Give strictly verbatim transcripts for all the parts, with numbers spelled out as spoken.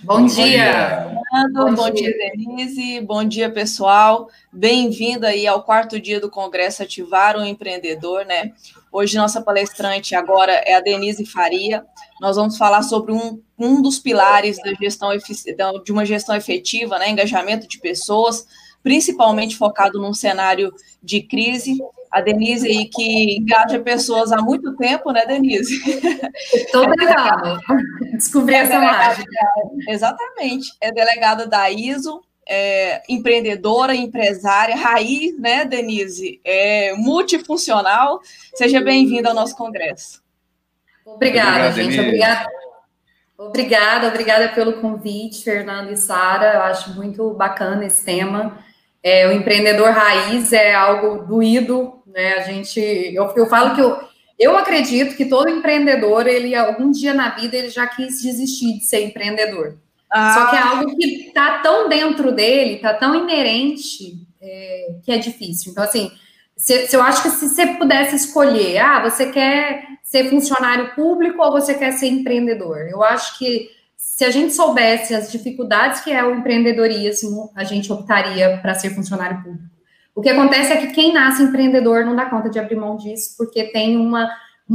Bom, bom dia. dia. Bom, bom dia, Denise. Bom dia, pessoal. Bem-vindo aí ao quarto dia do Congresso Ativar o Empreendedor, né? Hoje nossa palestrante agora é a Denise Faria. Nós vamos falar sobre um, um dos pilares da gestão de uma gestão efetiva, né? Engajamento de pessoas, principalmente focado num cenário de crise. A Denise aí que engaja pessoas há muito tempo, né, Denise? Estou tentando descobrir é essa mágica. Exatamente. É delegada da I S O, é empreendedora, empresária, raiz, né, Denise? É multifuncional. Seja bem-vinda ao nosso congresso. Obrigada, gente. Obrigada. Obrigada, obrigada pelo convite, Fernando e Sara. Eu acho muito bacana esse tema. É, o empreendedor raiz é algo doído, né? A gente, eu, eu falo que eu, eu acredito que todo empreendedor, ele algum dia na vida ele já quis desistir de ser empreendedor. Ah. Só que é algo que está tão dentro dele, está tão inerente, é, que é difícil. Então, assim, se, se eu acho que se você pudesse escolher, ah, você quer ser funcionário público ou você quer ser empreendedor? Eu acho que se a gente soubesse as dificuldades que é o empreendedorismo, a gente optaria para ser funcionário público. O que acontece é que quem nasce empreendedor não dá conta de abrir mão disso, porque tem uma...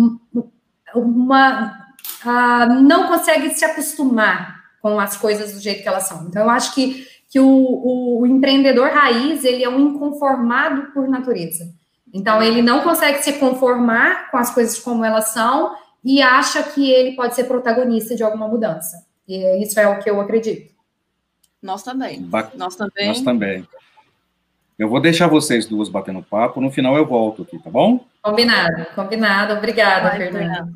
uma uh, não consegue se acostumar com as coisas do jeito que elas são. Então, eu acho que, que o, o, o empreendedor raiz, ele é um inconformado por natureza. Então, ele não consegue se conformar com as coisas como elas são e acha que ele pode ser protagonista de alguma mudança. E isso é o que eu acredito. Nós também. Ba Nós também. Nós também. Eu vou deixar vocês duas batendo papo, no final eu volto aqui, tá bom? Combinado, combinado. Obrigada, Vai, Fernanda.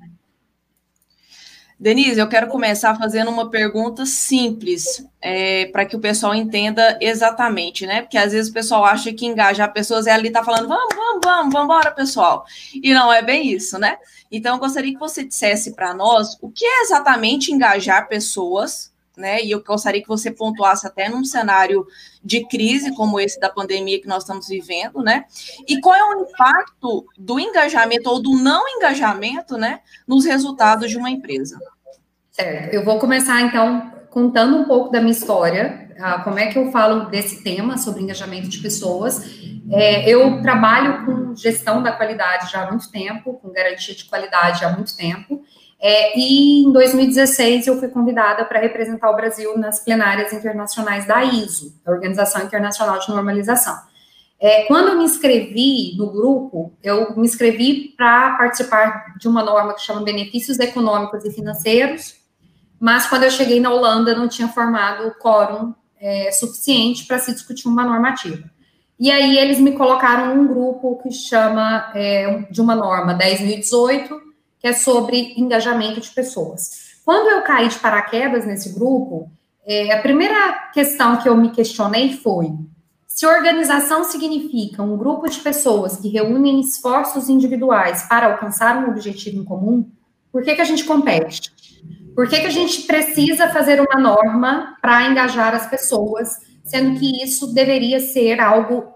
Denise, eu quero começar fazendo uma pergunta simples, é, para que o pessoal entenda exatamente, né? Porque às vezes o pessoal acha que engajar pessoas é ali tá falando, vamos, vamos, vamos, vamos embora, pessoal. E não é bem isso, né? Então, eu gostaria que você dissesse para nós o que é exatamente engajar pessoas, né? E eu gostaria que você pontuasse até num cenário de crise como esse da pandemia que nós estamos vivendo, né? E qual é o impacto do engajamento ou do não engajamento, né, nos resultados de uma empresa? Certo. Eu vou começar, então, contando um pouco da minha história, uh, como é que eu falo desse tema sobre engajamento de pessoas. É, eu trabalho com gestão da qualidade já há muito tempo, com garantia de qualidade há muito tempo. É, e em dois mil e dezesseis eu fui convidada para representar o Brasil nas plenárias internacionais da I S O, a Organização Internacional de Normalização. É, quando eu me inscrevi no grupo, eu me inscrevi para participar de uma norma que chama Benefícios Econômicos e Financeiros, mas quando eu cheguei na Holanda não tinha formado o quórum é, suficiente para se discutir uma normativa. E aí eles me colocaram num grupo que chama é, de uma norma dez mil e dezoito, que é sobre engajamento de pessoas. Quando eu caí de paraquedas nesse grupo, é, a primeira questão que eu me questionei foi: se organização significa um grupo de pessoas que reúnem esforços individuais para alcançar um objetivo em comum, por que que a gente compete? Por que que a gente precisa fazer uma norma para engajar as pessoas, sendo que isso deveria ser algo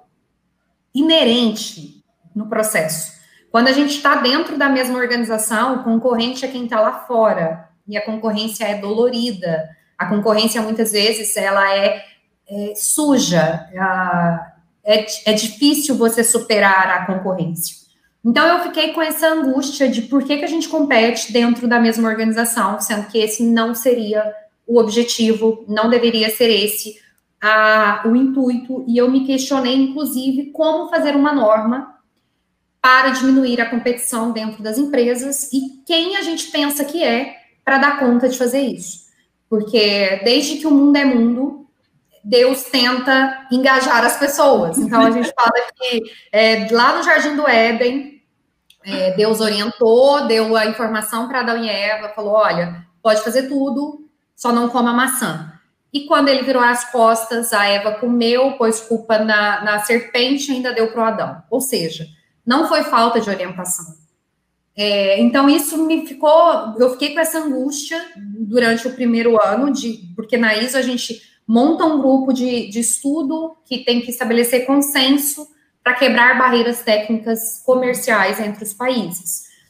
inerente no processo? Quando a gente está dentro da mesma organização, o concorrente é quem está lá fora, e a concorrência é dolorida. A concorrência, muitas vezes, ela é, é suja, é, é difícil você superar a concorrência. Então, eu fiquei com essa angústia de por que que a gente compete dentro da mesma organização, sendo que esse não seria o objetivo, não deveria ser esse a, o intuito, e eu me questionei, inclusive, como fazer uma norma para diminuir a competição dentro das empresas e quem a gente pensa que é para dar conta de fazer isso. Porque desde que o mundo é mundo, Deus tenta engajar as pessoas. Então, a gente fala que é, lá no Jardim do Éden, é, Deus orientou, deu a informação para Adão e Eva, falou, olha, pode fazer tudo, só não coma maçã. E quando ele virou as costas, a Eva comeu, pôs culpa na, na serpente e ainda deu para o Adão. Ou seja, não foi falta de orientação. É, então, isso me ficou... Eu fiquei com essa angústia durante o primeiro ano, de, porque na I S O a gente monta um grupo de, de estudo que tem que estabelecer consenso para quebrar barreiras técnicas comerciais entre os países.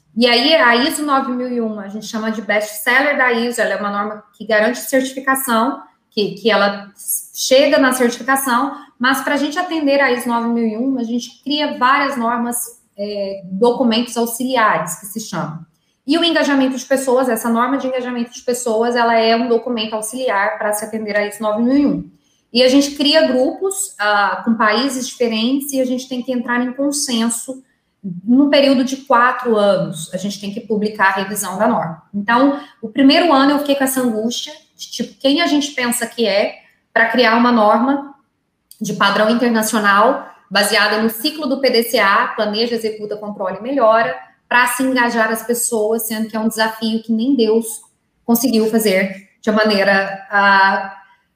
E aí, a I S O nove mil e um, a gente chama de best-seller da I S O, ela é uma norma que garante certificação, que, que ela chega na certificação, mas para a gente atender a I S O nove mil e um, a gente cria várias normas, é, documentos auxiliares, que se chamam. E o engajamento de pessoas, essa norma de engajamento de pessoas, ela é um documento auxiliar para se atender a I S O nove mil e um. E a gente cria grupos uh, com países diferentes e a gente tem que entrar em consenso num período de quatro anos. A gente tem que publicar a revisão da norma. Então, o primeiro ano eu fiquei com essa angústia de, tipo, quem a gente pensa que é para criar uma norma de padrão internacional baseada no ciclo do P D C A, planeja, executa, controla e melhora, para se engajar as pessoas, sendo que é um desafio que nem Deus conseguiu fazer de maneira uh,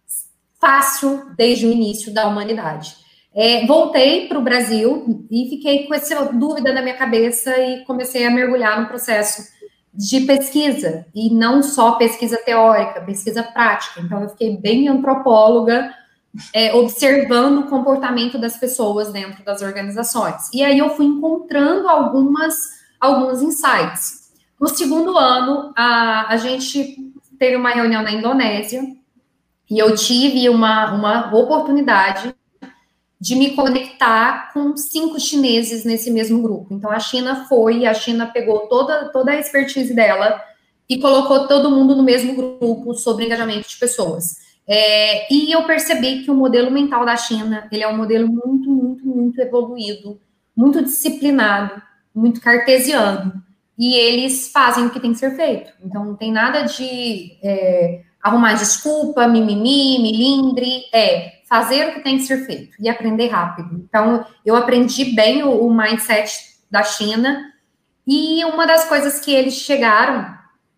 fácil desde o início da humanidade. É, voltei para o Brasil e fiquei com essa dúvida na minha cabeça e comecei a mergulhar no processo de pesquisa, e não só pesquisa teórica, pesquisa prática. Então, eu fiquei bem antropóloga, é, observando o comportamento das pessoas dentro das organizações. E aí eu fui encontrando algumas, alguns insights. No segundo ano, a, a gente teve uma reunião na Indonésia, e eu tive uma, uma oportunidade de me conectar com cinco chineses nesse mesmo grupo. Então, a China foi, a China pegou toda, toda a expertise dela e colocou todo mundo no mesmo grupo sobre engajamento de pessoas. É, e eu percebi que o modelo mental da China, ele é um modelo muito, muito, muito evoluído, muito disciplinado, muito cartesiano, e eles fazem o que tem que ser feito. Então, não tem nada de é, arrumar desculpa, mimimi, milindre, é fazer o que tem que ser feito e aprender rápido. Então, eu aprendi bem o, o mindset da China, e uma das coisas que eles chegaram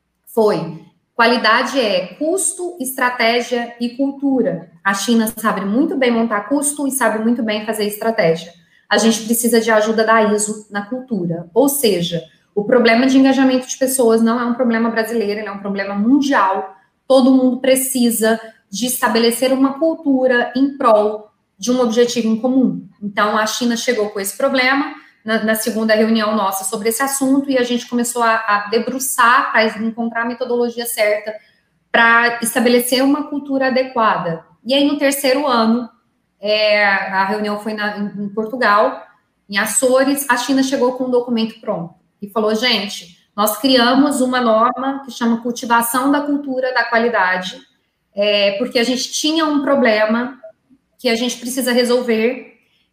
foi: qualidade é custo, estratégia e cultura. A China sabe muito bem montar custo e sabe muito bem fazer estratégia. A gente precisa de ajuda da I S O na cultura. Ou seja, o problema de engajamento de pessoas não é um problema brasileiro, ele é um problema mundial. Todo mundo precisa de estabelecer uma cultura em prol de um objetivo em comum. Então, a China chegou com esse problema na, na segunda reunião nossa sobre esse assunto, e a gente começou a, a debruçar para encontrar a metodologia certa para estabelecer uma cultura adequada. E aí, no terceiro ano, é, a reunião foi na, em, em Portugal, em Açores, a China chegou com um documento pronto e falou: gente, nós criamos uma norma que chama cultivação da cultura da qualidade, é, porque a gente tinha um problema que a gente precisa resolver,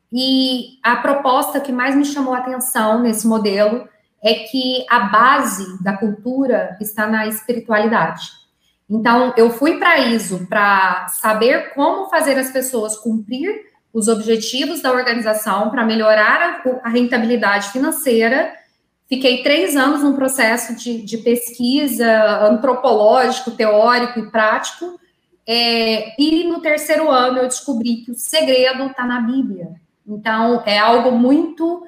e a proposta que mais me chamou a atenção nesse modelo é que a base da cultura está na espiritualidade. Então, eu fui para a I S O para saber como fazer as pessoas cumprir os objetivos da organização para melhorar a, a rentabilidade financeira. Fiquei três anos num processo de, de pesquisa antropológico, teórico e prático, é, e no terceiro ano eu descobri que o segredo está na Bíblia. Então, é algo muito,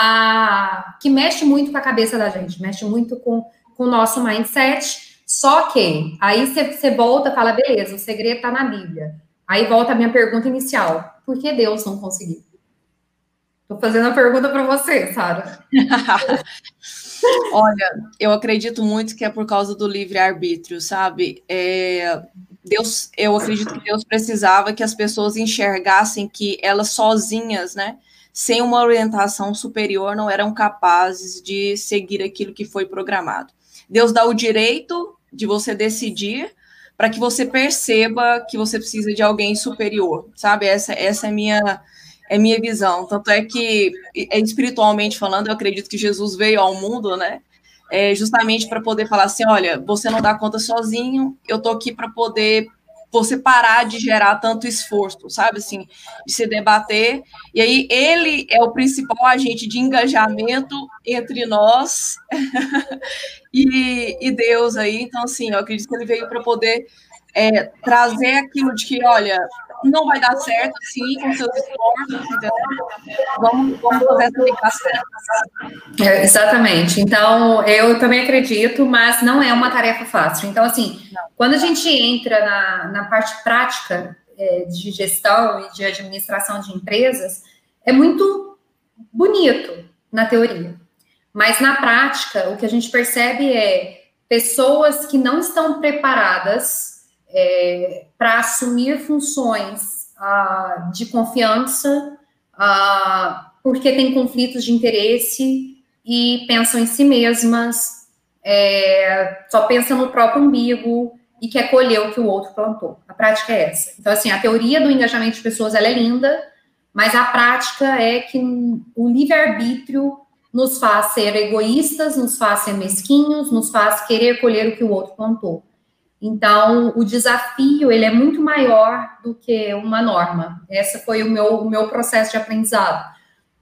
ah, que mexe muito com a cabeça da gente, mexe muito com, com o nosso mindset, só que aí você volta e fala: beleza, o segredo está na Bíblia. Aí volta a minha pergunta inicial: por que Deus não conseguiu? Estou fazendo a pergunta para você, Sara. Olha, eu acredito muito que é por causa do livre-arbítrio, sabe? É, Deus, eu acredito que Deus precisava que as pessoas enxergassem que elas sozinhas, né, sem uma orientação superior, não eram capazes de seguir aquilo que foi programado. Deus dá o direito de você decidir para que você perceba que você precisa de alguém superior, sabe? Essa, essa é minha... É minha visão, tanto é que, espiritualmente falando, eu acredito que Jesus veio ao mundo, né, é, justamente para poder falar assim: olha, você não dá conta sozinho, eu tô aqui para poder você parar de gerar tanto esforço, sabe, assim, de se debater, e aí ele é o principal agente de engajamento entre nós e, e Deus aí. Então, assim, eu acredito que ele veio para poder é, trazer aquilo de que, olha, não vai dar certo, sim, com seus esforços, entendeu? Vamos, vamos fazer essa ligação. É, exatamente. Então, eu também acredito, mas não é uma tarefa fácil. Então, assim, não. Quando a gente entra na, na parte prática é, de gestão e de administração de empresas, é muito bonito na teoria, Mas, na prática, o que a gente percebe é pessoas que não estão preparadas é, para assumir funções ah, de confiança, ah, porque tem conflitos de interesse e pensam em si mesmas, é, só pensam no próprio umbigo e quer colher o que o outro plantou. A prática é essa. Então, assim, a teoria do engajamento de pessoas, ela é linda, mas a prática é que o livre-arbítrio nos faz ser egoístas, nos faz ser mesquinhos, nos faz querer colher o que o outro plantou. Então, o desafio, ele é muito maior do que uma norma. Esse foi o meu, o meu processo de aprendizado.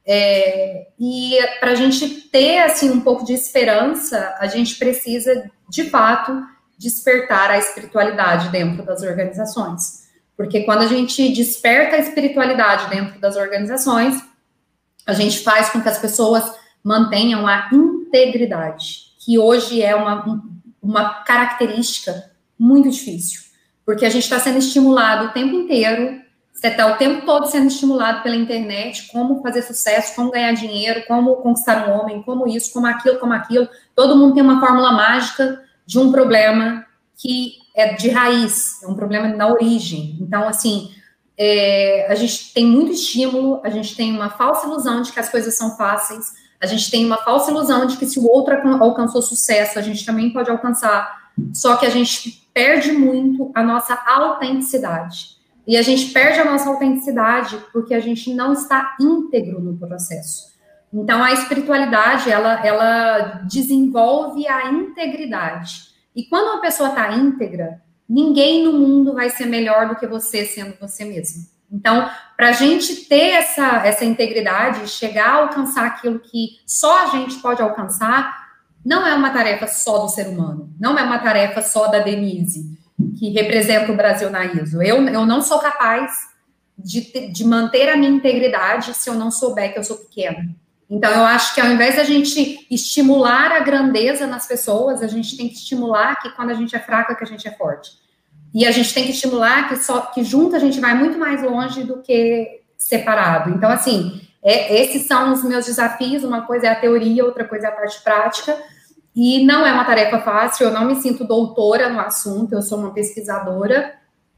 É, e para a gente ter, assim, um pouco de esperança, a gente precisa, de fato, despertar a espiritualidade dentro das organizações. Porque quando a gente desperta a espiritualidade dentro das organizações, a gente faz com que as pessoas mantenham a integridade, que hoje é uma, uma característica muito difícil, porque a gente está sendo estimulado o tempo inteiro, você está o tempo todo sendo estimulado pela internet, como fazer sucesso, como ganhar dinheiro, como conquistar um homem, como isso, como aquilo, como aquilo, todo mundo tem uma fórmula mágica de um problema que é de raiz, é um problema na origem. Então, assim, é, a gente tem muito estímulo, a gente tem uma falsa ilusão de que as coisas são fáceis, a gente tem uma falsa ilusão de que se o outro alcançou sucesso, a gente também pode alcançar, só que a gente perde muito a nossa autenticidade. E a gente perde a nossa autenticidade porque a gente não está íntegro no processo. Então, a espiritualidade, ela, ela desenvolve a integridade. E quando uma pessoa está íntegra, ninguém no mundo vai ser melhor do que você sendo você mesmo. Então, para a gente ter essa, essa integridade, chegar a alcançar aquilo que só a gente pode alcançar, não é uma tarefa só do ser humano, não é uma tarefa só da Denise, que representa o Brasil na I S O. Eu, eu não sou capaz de, de manter a minha integridade se eu não souber que eu sou pequena. Então, eu acho que ao invés da gente estimular a grandeza nas pessoas, a gente tem que estimular que quando a gente é fraca, que a gente é forte. E a gente tem que estimular que, só, que junto a gente vai muito mais longe do que separado. Então, assim, é, esses são os meus desafios. Uma coisa é a teoria, outra coisa é a parte prática. E não é uma tarefa fácil, eu não me sinto doutora no assunto, eu sou uma pesquisadora.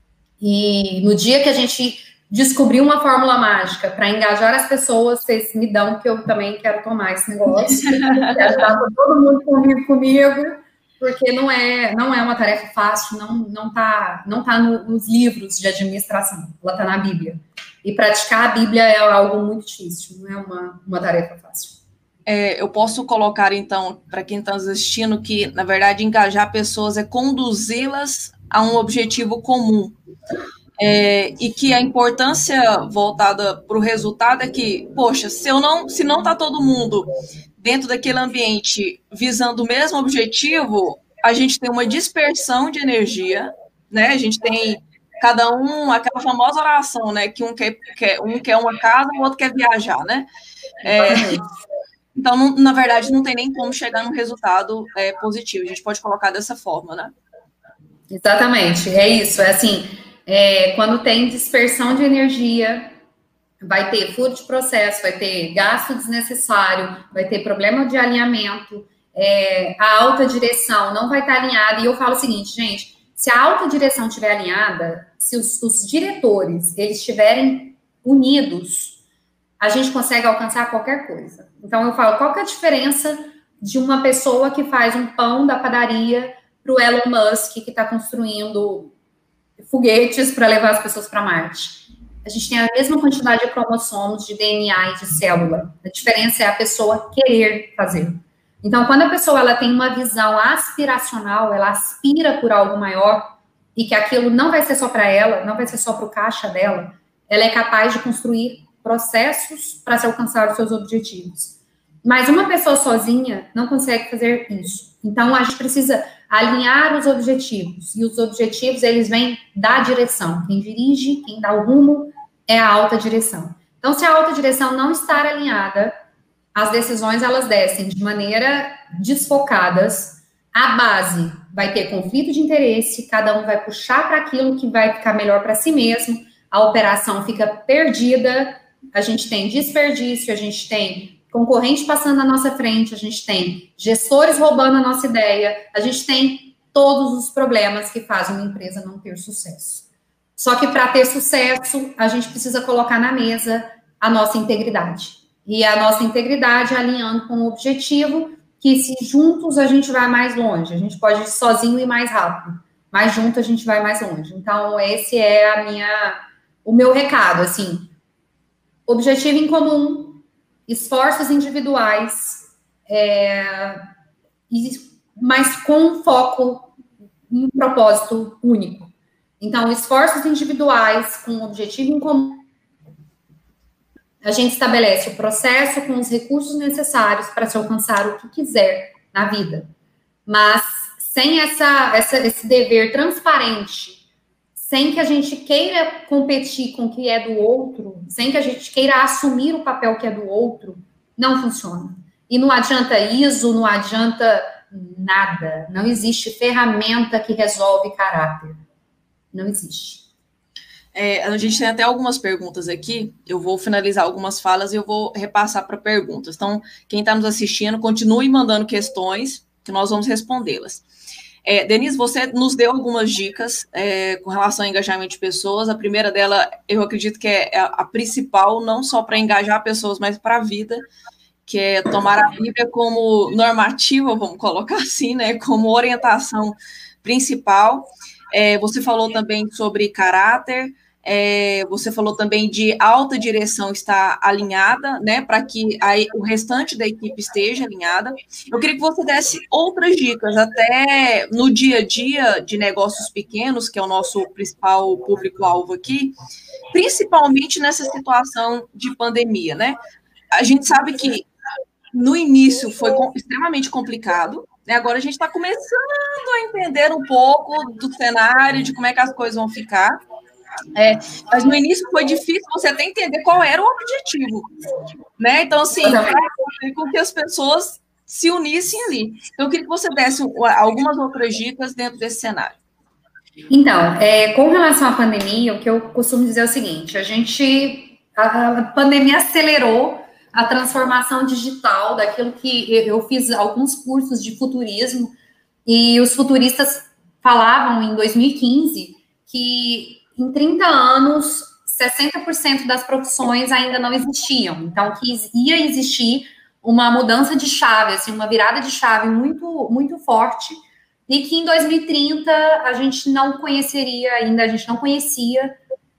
E no dia que a gente descobrir uma fórmula mágica para engajar as pessoas, vocês me dão, porque eu também quero tomar esse negócio. Quero ajudar todo mundo comigo, comigo, porque não é, não é uma tarefa fácil, não, não tá, não tá no, nos livros de administração, ela está na Bíblia. E praticar a Bíblia é algo muito difícil, não é uma, uma tarefa fácil. É, eu posso colocar, então, para quem está assistindo, que, na verdade, engajar pessoas é conduzi-las a um objetivo comum. É, e que a importância voltada para o resultado é que, poxa, se eu não, se não está todo mundo dentro daquele ambiente visando o mesmo objetivo, a gente tem uma dispersão de energia, né? A gente tem cada um, aquela famosa oração, né? Que um quer, quer, um quer uma casa, o outro quer viajar, né? É, então, não, na verdade, não tem nem como chegar num resultado é, positivo. A gente pode colocar dessa forma, né? Exatamente, é isso. É assim, é, quando tem dispersão de energia, vai ter furo de processo, vai ter gasto desnecessário, vai ter problema de alinhamento, é, a alta direção não vai estar alinhada. E eu falo o seguinte, gente, se a alta direção estiver alinhada, se os, os diretores eles estiverem unidos, a gente consegue alcançar qualquer coisa. Então, eu falo, qual que é a diferença de uma pessoa que faz um pão da padaria para o Elon Musk, que está construindo foguetes para levar as pessoas para Marte? A gente tem a mesma quantidade de cromossomos, de D N A e de célula. A diferença é a pessoa querer fazer. Então, quando a pessoa ela tem uma visão aspiracional, ela aspira por algo maior, e que aquilo não vai ser só para ela, não vai ser só para o caixa dela, ela é capaz de construir processos para se alcançar os seus objetivos. Mas uma pessoa sozinha não consegue fazer isso. Então, a gente precisa alinhar os objetivos. E os objetivos, eles vêm da direção. Quem dirige, quem dá o rumo, é a alta direção. Então, se a alta direção não estar alinhada, as decisões, elas descem de maneira desfocadas. A base vai ter conflito de interesse, cada um vai puxar para aquilo que vai ficar melhor para si mesmo, a operação fica perdida, a gente tem desperdício, a gente tem concorrente passando na nossa frente, a gente tem gestores roubando a nossa ideia, a gente tem todos os problemas que fazem uma empresa não ter sucesso. Só que para ter sucesso, a gente precisa colocar na mesa a nossa integridade. E a nossa integridade alinhando com o objetivo, que se juntos a gente vai mais longe. A gente pode sozinho ir mais rápido, mas junto a gente vai mais longe. Então, esse é a minha, o meu recado, assim. Objetivo em comum, esforços individuais, é, mas com foco em um propósito único. Então, esforços individuais com um objetivo em comum. A gente estabelece o processo com os recursos necessários para se alcançar o que quiser na vida. Mas sem essa, essa, esse dever transparente, sem que a gente queira competir com o que é do outro, sem que a gente queira assumir o papel que é do outro, não funciona. E não adianta I S O, não adianta nada. Não existe ferramenta que resolve caráter. Não existe. É, a gente tem até algumas perguntas aqui, eu vou finalizar algumas falas e eu vou repassar para perguntas. Então, quem está nos assistindo, continue mandando questões, que nós vamos respondê-las. É, Denise, você nos deu algumas dicas é, com relação ao engajamento de pessoas. A primeira dela, eu acredito que é a principal, não só para engajar pessoas, mas para a vida, que é tomar a Bíblia como normativa, vamos colocar assim, né, como orientação principal. É, você falou também sobre caráter, é, você falou também de alta direção estar alinhada, né, para que a, o restante da equipe esteja alinhada. Eu queria que você desse outras dicas, até no dia a dia de negócios pequenos, que é o nosso principal público-alvo aqui, principalmente nessa situação de pandemia, né? A gente sabe que no início foi extremamente complicado, né? Agora a gente está começando a entender um pouco do cenário, de como é que as coisas vão ficar. É, mas no início foi difícil você até entender qual era o objetivo, né? Então, assim, com que as pessoas se unissem ali. Então, eu queria que você desse algumas outras dicas dentro desse cenário. Então, é, com relação à pandemia, o que eu costumo dizer é o seguinte: a gente, a, a pandemia acelerou a transformação digital daquilo que eu fiz alguns cursos de futurismo, e os futuristas falavam em dois mil e quinze que em trinta anos, sessenta por cento das profissões ainda não existiam. Então, que ia existir uma mudança de chave, assim, uma virada de chave muito, muito forte, e que em dois mil e trinta a gente não conheceria ainda, a gente não conhecia,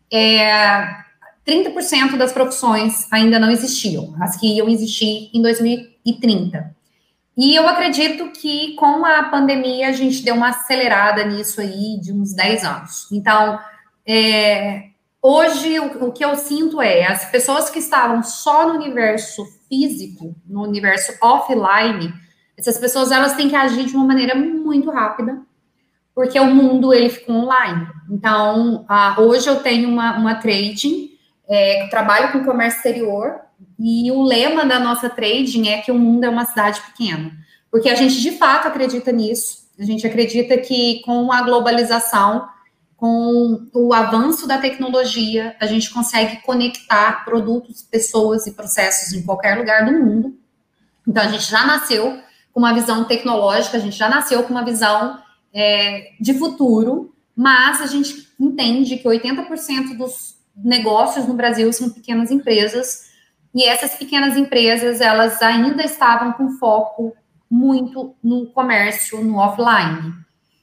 é, trinta por cento das profissões ainda não existiam, as que iam existir em dois mil e trinta. E eu acredito que com a pandemia a gente deu uma acelerada nisso aí de uns dez anos. Então, é, hoje o, o que eu sinto é, as pessoas que estavam só no universo físico, no universo offline, essas pessoas elas têm que agir de uma maneira muito rápida, porque o mundo ele ficou online. Então, a, hoje eu tenho uma, uma trading, é, trabalho com comércio exterior, e o lema da nossa trading é que o mundo é uma cidade pequena, porque a gente de fato acredita nisso. A gente acredita que com a globalização, com o avanço da tecnologia, a gente consegue conectar produtos, pessoas e processos em qualquer lugar do mundo. Então, a gente já nasceu com uma visão tecnológica, a gente já nasceu com uma visão é, de futuro, mas a gente entende que oitenta por cento dos negócios no Brasil são pequenas empresas, e essas pequenas empresas, elas ainda estavam com foco muito no comércio, no offline.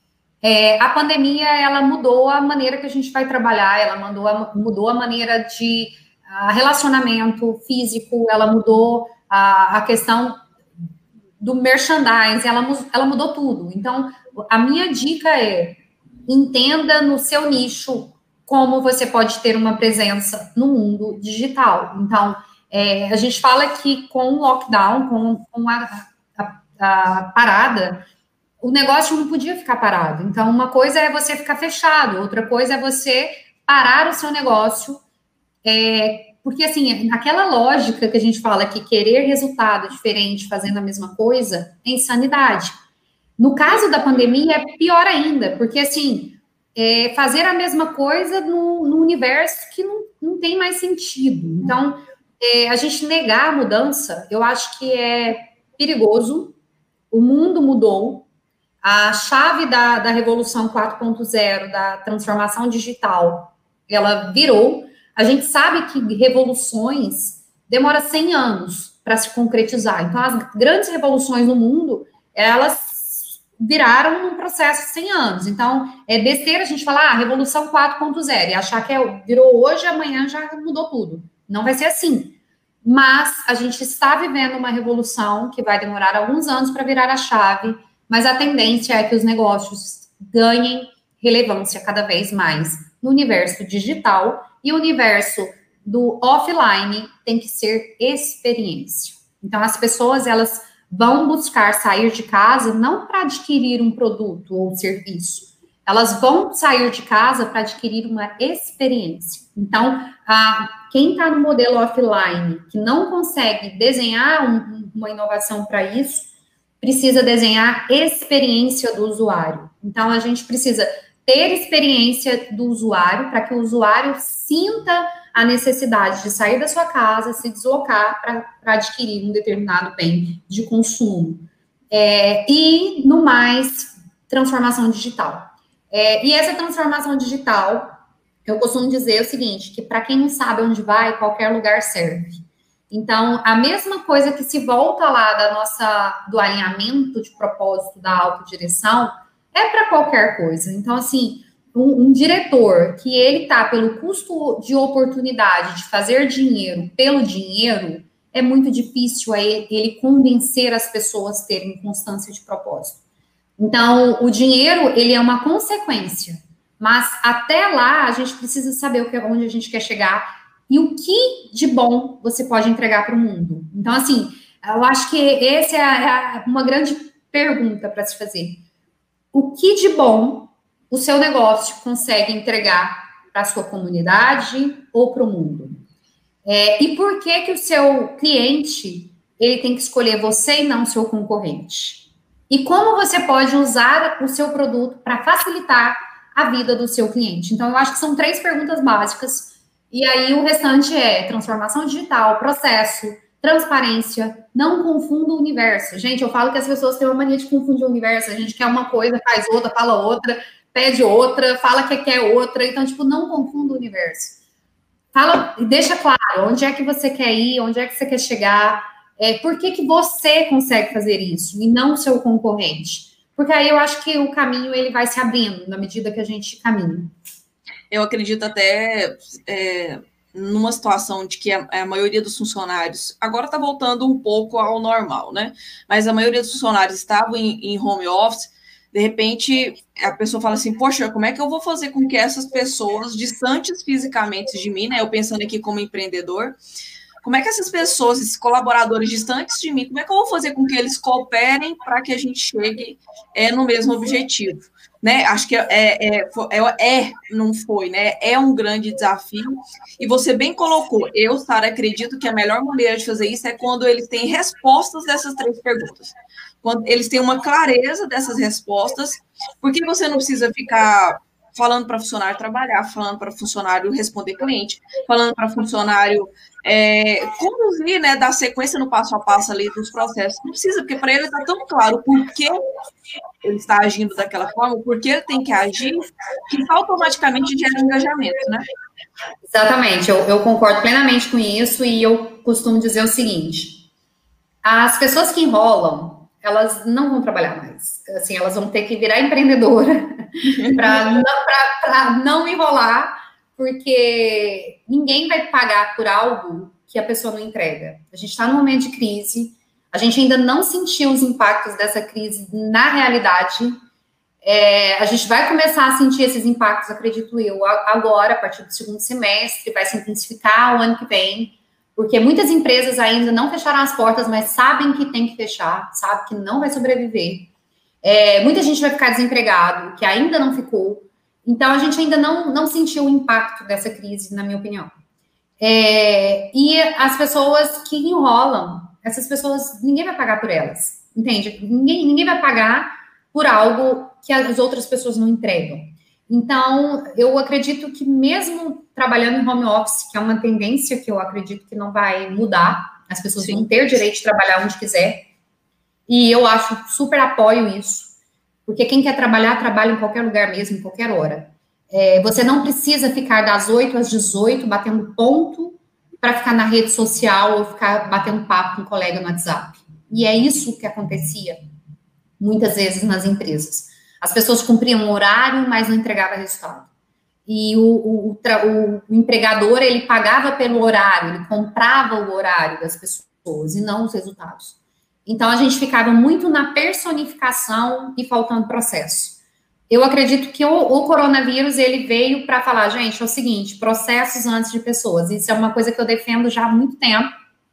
É, a pandemia, ela mudou a maneira que a gente vai trabalhar, ela mudou a, mudou a maneira de a relacionamento físico, ela mudou a, a questão do merchandising, ela, ela mudou tudo. Então, a minha dica é, entenda no seu nicho como você pode ter uma presença no mundo digital. Então, é, a gente fala que com o lockdown, com, com a, a, a parada, o negócio não podia ficar parado. Então, uma coisa é você ficar fechado, outra coisa é você parar o seu negócio, é, porque, assim, aquela lógica que a gente fala que querer resultado diferente fazendo a mesma coisa é insanidade. No caso da pandemia, é pior ainda, porque, assim, é fazer a mesma coisa no, no universo que não, não tem mais sentido. Então, É, a gente negar a mudança, eu acho que é perigoso. O mundo mudou. A chave da, da Revolução quatro ponto zero, da transformação digital, ela virou. A gente sabe que revoluções demoram cem anos para se concretizar. Então, as grandes revoluções no mundo, elas viraram num processo de cem anos. Então, é besteira a gente falar, ah, Revolução quatro ponto zero, e achar que é, virou hoje, amanhã já mudou tudo. Não vai ser assim. Mas a gente está vivendo uma revolução que vai demorar alguns anos para virar a chave, mas a tendência é que os negócios ganhem relevância cada vez mais no universo digital, e o universo do offline tem que ser experiência. Então, as pessoas, elas vão buscar sair de casa não para adquirir um produto ou serviço, elas vão sair de casa para adquirir uma experiência. Então, a, quem está no modelo offline, que não consegue desenhar um, uma inovação para isso, precisa desenhar experiência do usuário. Então, a gente precisa ter experiência do usuário para que o usuário sinta a necessidade de sair da sua casa, se deslocar para adquirir um determinado bem de consumo. É, e, no mais, transformação digital. É, e essa transformação digital, eu costumo dizer o seguinte, que para quem não sabe onde vai, qualquer lugar serve. Então, a mesma coisa que se volta lá da nossa, do alinhamento de propósito da autodireção, é para qualquer coisa. Então, assim, um, um diretor que ele está pelo custo de oportunidade de fazer dinheiro pelo dinheiro, é muito difícil ele, ele convencer as pessoas a terem constância de propósito. Então, o dinheiro, ele é uma consequência, mas até lá a gente precisa saber o que, onde a gente quer chegar e o que de bom você pode entregar para o mundo. Então, assim, eu acho que essa é uma grande pergunta para se fazer. O que de bom o seu negócio consegue entregar para a sua comunidade ou para o mundo? É, e por que que o seu cliente, ele tem que escolher você e não o seu concorrente? E como você pode usar o seu produto para facilitar a vida do seu cliente? Então, eu acho que são três perguntas básicas. E aí, o restante é transformação digital, processo, transparência. Não confunda o universo. Gente, eu falo que as pessoas têm uma mania de confundir o universo. A gente quer uma coisa, faz outra, fala outra, pede outra, fala que quer outra. Então, tipo, não confunda o universo. Fala e deixa claro onde é que você quer ir, onde é que você quer chegar. É, por que que você consegue fazer isso e não o seu concorrente? Porque aí eu acho que o caminho ele vai se abrindo na medida que a gente caminha. Eu acredito até é, numa situação de que a, a maioria dos funcionários agora está voltando um pouco ao normal, né? Mas a maioria dos funcionários estavam em, em home office. De repente, a pessoa fala assim, poxa, como é que eu vou fazer com que essas pessoas distantes fisicamente de mim, né? Eu pensando aqui como empreendedor, como é que essas pessoas, esses colaboradores distantes de mim, como é que eu vou fazer com que eles cooperem para que a gente chegue é, no mesmo objetivo? Né? Acho que é, é, é, é, não foi, né? É um grande desafio. E você bem colocou, eu, Sara, acredito que a melhor maneira de fazer isso é quando eles têm respostas dessas três perguntas. Quando eles têm uma clareza dessas respostas, porque você não precisa ficar falando para funcionário trabalhar, falando para funcionário responder cliente, falando para funcionário é, conduzir, né, dar sequência no passo a passo ali dos processos. Não precisa, porque para ele está tão claro por que ele está agindo daquela forma, por que ele tem que agir, que automaticamente gera engajamento, né? Exatamente, eu, eu concordo plenamente com isso e eu costumo dizer o seguinte, as pessoas que enrolam, elas não vão trabalhar mais. Assim, elas vão ter que virar empreendedora para não, não enrolar, porque ninguém vai pagar por algo que a pessoa não entrega. A gente está num momento de crise, a gente ainda não sentiu os impactos dessa crise na realidade. É, a gente vai começar a sentir esses impactos, acredito eu, agora, a partir do segundo semestre, vai se intensificar o ano que vem, porque muitas empresas ainda não fecharam as portas, mas sabem que tem que fechar, sabe que não vai sobreviver. É, muita gente vai ficar desempregado, que ainda não ficou. Então, a gente ainda não, não sentiu o impacto dessa crise, na minha opinião. É, e as pessoas que enrolam, essas pessoas, ninguém vai pagar por elas, entende? Ninguém, ninguém vai pagar por algo que as outras pessoas não entregam. Então, eu acredito que mesmo trabalhando em home office, que é uma tendência que eu acredito que não vai mudar, as pessoas Sim. vão ter direito de trabalhar onde quiser, e eu acho, super apoio isso, porque quem quer trabalhar, trabalha em qualquer lugar mesmo, em qualquer hora. É, você não precisa ficar das oito às dezoito batendo ponto para ficar na rede social ou ficar batendo papo com um colega no WhatsApp. E é isso que acontecia muitas vezes nas empresas. As pessoas cumpriam o horário, mas não entregavam resultado. E o, o, o, o empregador, ele pagava pelo horário, ele comprava o horário das pessoas e não os resultados. Então, a gente ficava muito na personificação e faltando processo. Eu acredito que o, o coronavírus, ele veio para falar, gente, é o seguinte, processos antes de pessoas. Isso é uma coisa que eu defendo já há muito tempo.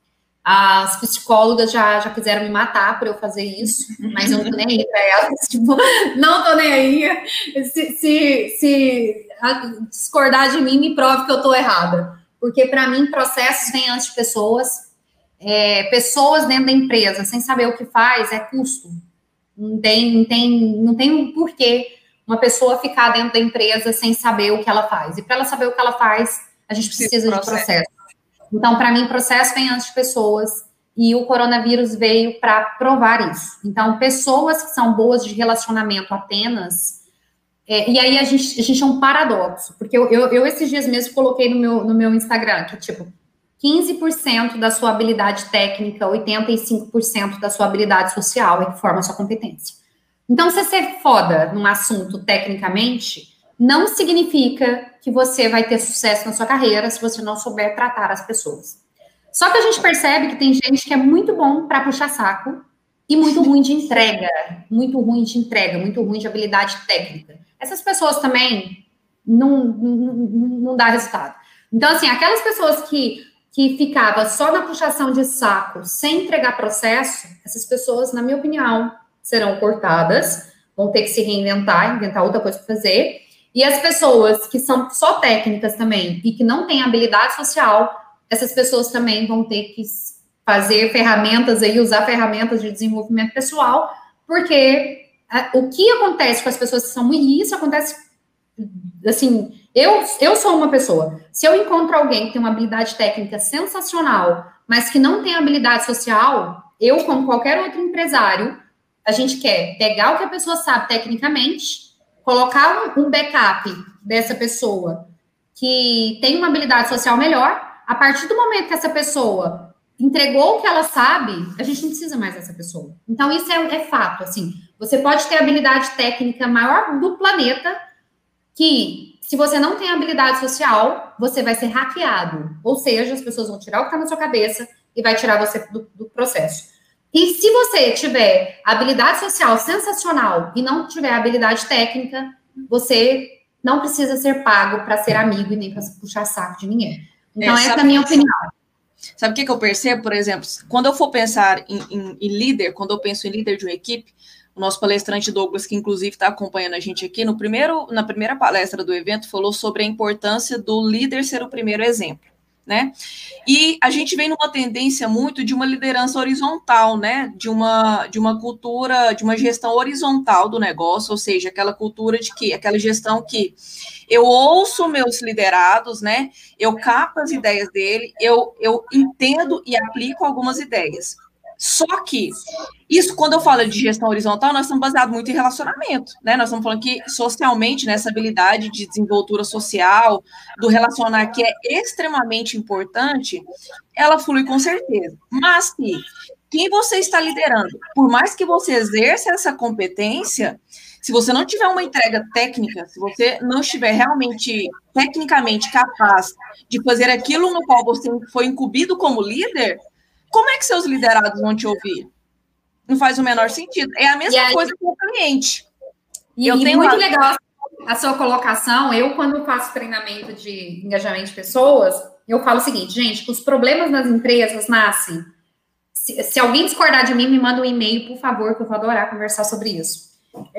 As psicólogas já, já quiseram me matar por eu fazer isso, mas eu não tô nem aí para elas, tipo, não tô nem aí. Se, se, se discordar de mim, me prove que eu tô errada. Porque, para mim, processos vêm antes de pessoas. É, pessoas dentro da empresa, sem saber o que faz, é custo. Não tem, não tem, não tem um porquê uma pessoa ficar dentro da empresa sem saber o que ela faz. E para ela saber o que ela faz, a gente precisa de processo. Então, para mim, processo vem antes de pessoas, e o coronavírus veio para provar isso. Então, pessoas que são boas de relacionamento apenas, é, e aí a gente, a gente é um paradoxo, porque eu, eu, eu esses dias mesmo coloquei no meu, no meu Instagram, que tipo, quinze por cento da sua habilidade técnica, oitenta e cinco por cento da sua habilidade social é que forma a sua competência. Então, você ser foda num assunto tecnicamente não significa que você vai ter sucesso na sua carreira se você não souber tratar as pessoas. Só que a gente percebe que tem gente que é muito bom para puxar saco e muito ruim de entrega, muito ruim de entrega, muito ruim de habilidade técnica. Essas pessoas também não, não, não dá resultado. Então, assim, aquelas pessoas que, que ficavam só na puxação de saco, sem entregar processo, essas pessoas, na minha opinião, serão cortadas, vão ter que se reinventar, inventar outra coisa para fazer. E as pessoas que são só técnicas também e que não têm habilidade social, essas pessoas também vão ter que fazer ferramentas aí, usar ferramentas de desenvolvimento pessoal, porque a, o que acontece com as pessoas que são muito, isso acontece, assim, eu, eu sou uma pessoa, se eu encontro alguém que tem uma habilidade técnica sensacional, mas que não tem habilidade social, eu, como qualquer outro empresário, a gente quer pegar o que a pessoa sabe tecnicamente, colocar um backup dessa pessoa que tem uma habilidade social melhor. A partir do momento que essa pessoa entregou o que ela sabe, a gente não precisa mais dessa pessoa. Então, isso é, é fato, assim. Você pode ter a habilidade técnica maior do planeta, que, se você não tem habilidade social, você vai ser hackeado. Ou seja, as pessoas vão tirar o que está na sua cabeça e vai tirar você do, do processo. E se você tiver habilidade social sensacional e não tiver habilidade técnica, você não precisa ser pago para ser amigo e nem para puxar saco de ninguém. Então, é, essa é a minha opinião. Sabe o que, que eu percebo, por exemplo? Quando eu for pensar em, em, em líder, quando eu penso em líder de uma equipe, o nosso palestrante Douglas, que inclusive está acompanhando a gente aqui, no primeiro, na primeira palestra do evento, falou sobre a importância do líder ser o primeiro exemplo. Né? E a gente vem numa tendência muito de uma liderança horizontal, né? De uma, de uma cultura, de uma gestão horizontal do negócio, ou seja, aquela cultura de que, aquela gestão que eu ouço meus liderados, né? Eu capto as ideias dele, eu, eu entendo e aplico algumas ideias. Só que isso, quando eu falo de gestão horizontal, nós estamos baseados muito em relacionamento, né? Nós estamos falando que socialmente, nessa habilidade de desenvoltura social, do relacionar, que é extremamente importante, ela flui com certeza. Mas se quem você está liderando, por mais que você exerça essa competência, se você não tiver uma entrega técnica, se você não estiver realmente tecnicamente capaz de fazer aquilo no qual você foi incumbido como líder, como é que seus liderados vão te ouvir? Não faz o menor sentido. É a mesma aí, coisa com o cliente. E, eu e tenho muito uma... legal a sua colocação. Eu, quando faço treinamento de engajamento de pessoas, eu falo o seguinte, gente, os problemas nas empresas nascem. Se, se alguém discordar de mim, me manda um e-mail, por favor, que eu vou adorar conversar sobre isso.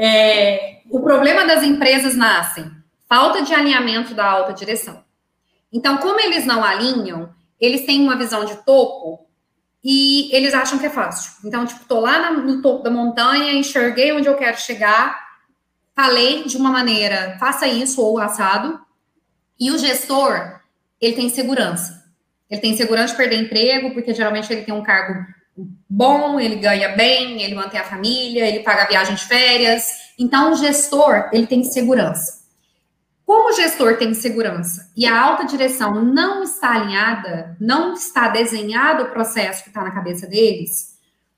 É, o problema das empresas nascem falta de alinhamento da alta direção. Então, como eles não alinham, eles têm uma visão de topo e eles acham que é fácil. Então, tipo, tô lá no topo da montanha, enxerguei onde eu quero chegar, falei de uma maneira, faça isso ou assado, e o gestor, ele tem segurança. Ele tem segurança de perder emprego, porque geralmente ele tem um cargo bom, ele ganha bem, ele mantém a família, ele paga a viagem de férias. Então, o gestor, ele tem segurança. Como o gestor tem segurança e a alta direção não está alinhada, não está desenhado o processo que está na cabeça deles,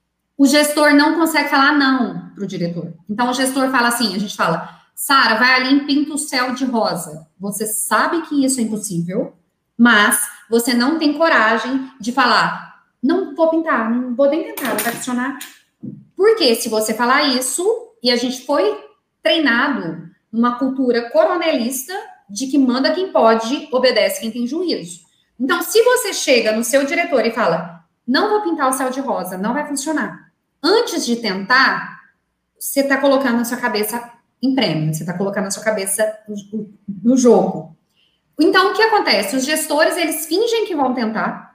o gestor não consegue falar não para o diretor. Então, o gestor fala assim, a gente fala, Sara, vai ali e pinta o céu de rosa. Você sabe que isso é impossível, mas você não tem coragem de falar, não vou pintar, não vou nem tentar, não vai funcionar. Porque se você falar isso, e a gente foi treinado numa cultura coronelista de que manda quem pode, obedece quem tem juízo. Então, se você chega no seu diretor e fala, não vou pintar o céu de rosa, não vai funcionar. Antes de tentar, você está colocando na sua cabeça em prêmio, você está colocando na sua cabeça no, no jogo. Então, o que acontece? Os gestores, eles fingem que vão tentar,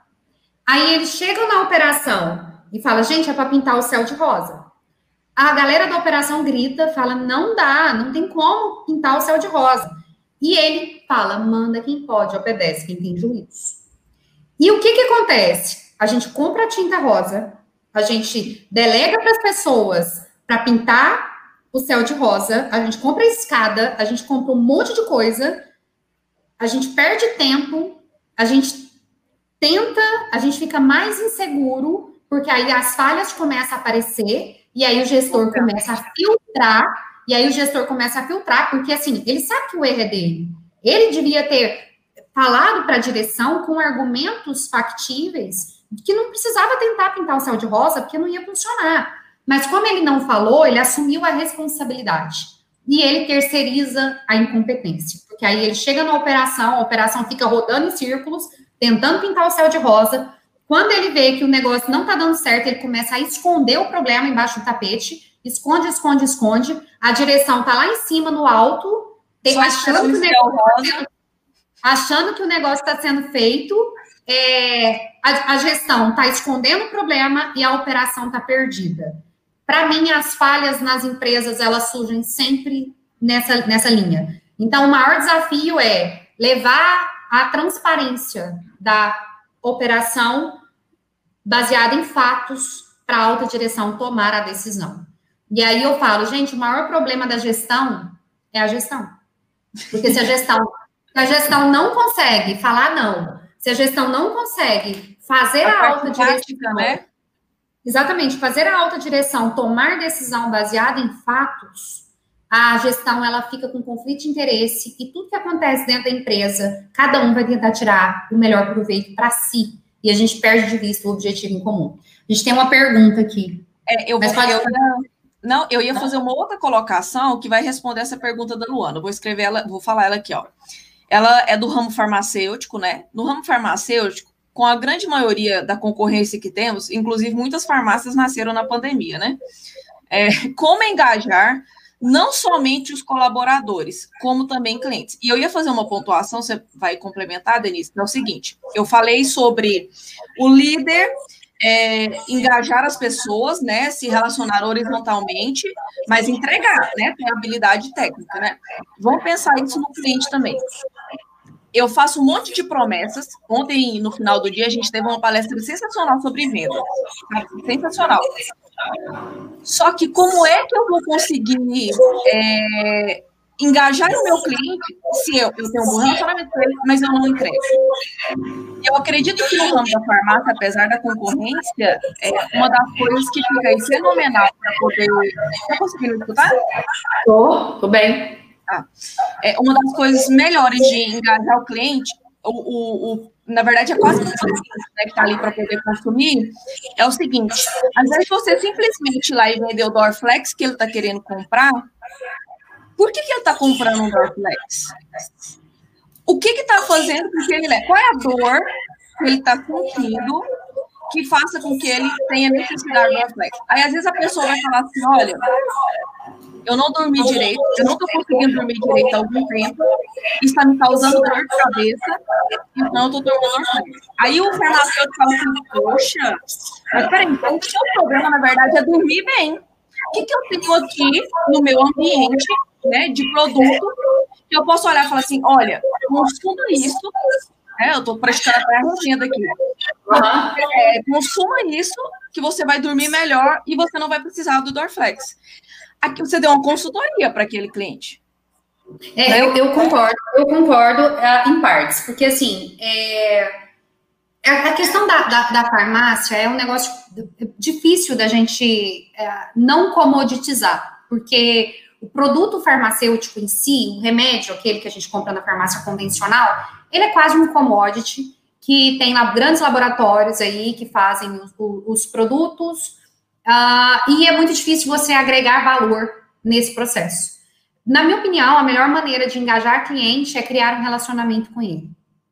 aí eles chegam na operação e falam, gente, é para pintar o céu de rosa. A galera da operação grita, fala, não dá, não tem como pintar o céu de rosa. E ele fala, manda quem pode, obedece quem tem juízo. E o que que acontece? A gente compra a tinta rosa, a gente delega para as pessoas para pintar o céu de rosa, a gente compra a escada, a gente compra um monte de coisa, a gente perde tempo, a gente tenta, a gente fica mais inseguro, porque aí as falhas começam a aparecer, e aí o gestor começa a filtrar, e aí o gestor começa a filtrar, porque assim, ele sabe que o erro é dele. Ele devia ter falado para a direção com argumentos factíveis, que não precisava tentar pintar o céu de rosa, porque não ia funcionar. Mas como ele não falou, ele assumiu a responsabilidade. E ele terceiriza a incompetência. Porque aí ele chega na operação, a operação fica rodando em círculos, tentando pintar o céu de rosa. Quando ele vê que o negócio não está dando certo, ele começa a esconder o problema embaixo do tapete. Esconde, esconde, esconde. A direção está lá em cima, no alto, tem, achando, que o negócio, achando que o negócio está sendo feito. É, a, a gestão está escondendo o problema e a operação está perdida. Para mim, as falhas nas empresas, elas surgem sempre nessa, nessa linha. Então, o maior desafio é levar a transparência da operação baseada em fatos para a alta direção tomar a decisão. E aí eu falo, gente, o maior problema da gestão é a gestão. Porque se a gestão, se a gestão não consegue falar não, se a gestão não consegue fazer a, a alta direção, né? Exatamente, fazer a alta direção tomar decisão baseada em fatos, a gestão ela fica com conflito de interesse e tudo que acontece dentro da empresa, cada um vai tentar tirar o melhor proveito para si e a gente perde de vista o objetivo em comum. A gente tem uma pergunta aqui. É, eu, vou, pode... eu não, eu ia fazer uma outra colocação que vai responder essa pergunta da Luana. Eu vou escrever ela, vou falar ela aqui, ó. Ela é do ramo farmacêutico, né? No ramo farmacêutico, com a grande maioria da concorrência que temos, inclusive muitas farmácias nasceram na pandemia, né? É, como engajar não somente os colaboradores, como também clientes. E eu ia fazer uma pontuação, você vai complementar, Denise, é o seguinte, eu falei sobre o líder é, engajar as pessoas, né, se relacionar horizontalmente, mas entregar, né, ter habilidade técnica, né? Vamos pensar isso no cliente também. Eu faço um monte de promessas. Ontem, no final do dia, a gente teve uma palestra sensacional sobre venda. Sensacional. Só que como é que eu vou conseguir é, engajar o meu cliente se eu, eu tenho um bom relacionamento com ele, mas eu não entrego? Eu acredito que no ramo da farmácia, apesar da concorrência, é uma das coisas que fica aí fenomenal para poder... Está conseguindo escutar? Estou, estou bem. Ah, é uma das coisas melhores de engajar o cliente, o, o, o, na verdade é quase o cliente, né, que está ali para poder consumir, é o seguinte, às vezes você simplesmente ir lá e vender o Dorflex que ele está querendo comprar, por que, que ele está comprando um Dorflex? O que está fazendo com que ele... Qual é a dor que ele está sentindo que faça com que ele tenha necessidade do Dorflex? Aí às vezes a pessoa vai falar assim, olha... Eu não dormi direito, eu não estou conseguindo dormir direito há algum tempo, isso está me causando dor de cabeça, então eu estou dormindo. Aí o farmacêutico fala assim, poxa, mas peraí, então o seu problema, na verdade, é dormir bem. O que, que eu tenho aqui no meu ambiente né, de produto, que eu posso olhar e falar assim, olha, consuma isso, né, eu estou praticando a terra aqui, é, consuma isso, que você vai dormir melhor e você não vai precisar do Dorflex. Aqui você deu uma consultoria para aquele cliente. É, eu, eu concordo, eu concordo uh, em partes, porque assim, é, a questão da, da, da farmácia é um negócio difícil da gente é, não comoditizar, porque o produto farmacêutico em si, o remédio, aquele que a gente compra na farmácia convencional, ele é quase um commodity, que tem lá grandes laboratórios aí que fazem os, os produtos, uh, e é muito difícil você agregar valor nesse processo. Na minha opinião, a melhor maneira de engajar cliente é criar um relacionamento com ele.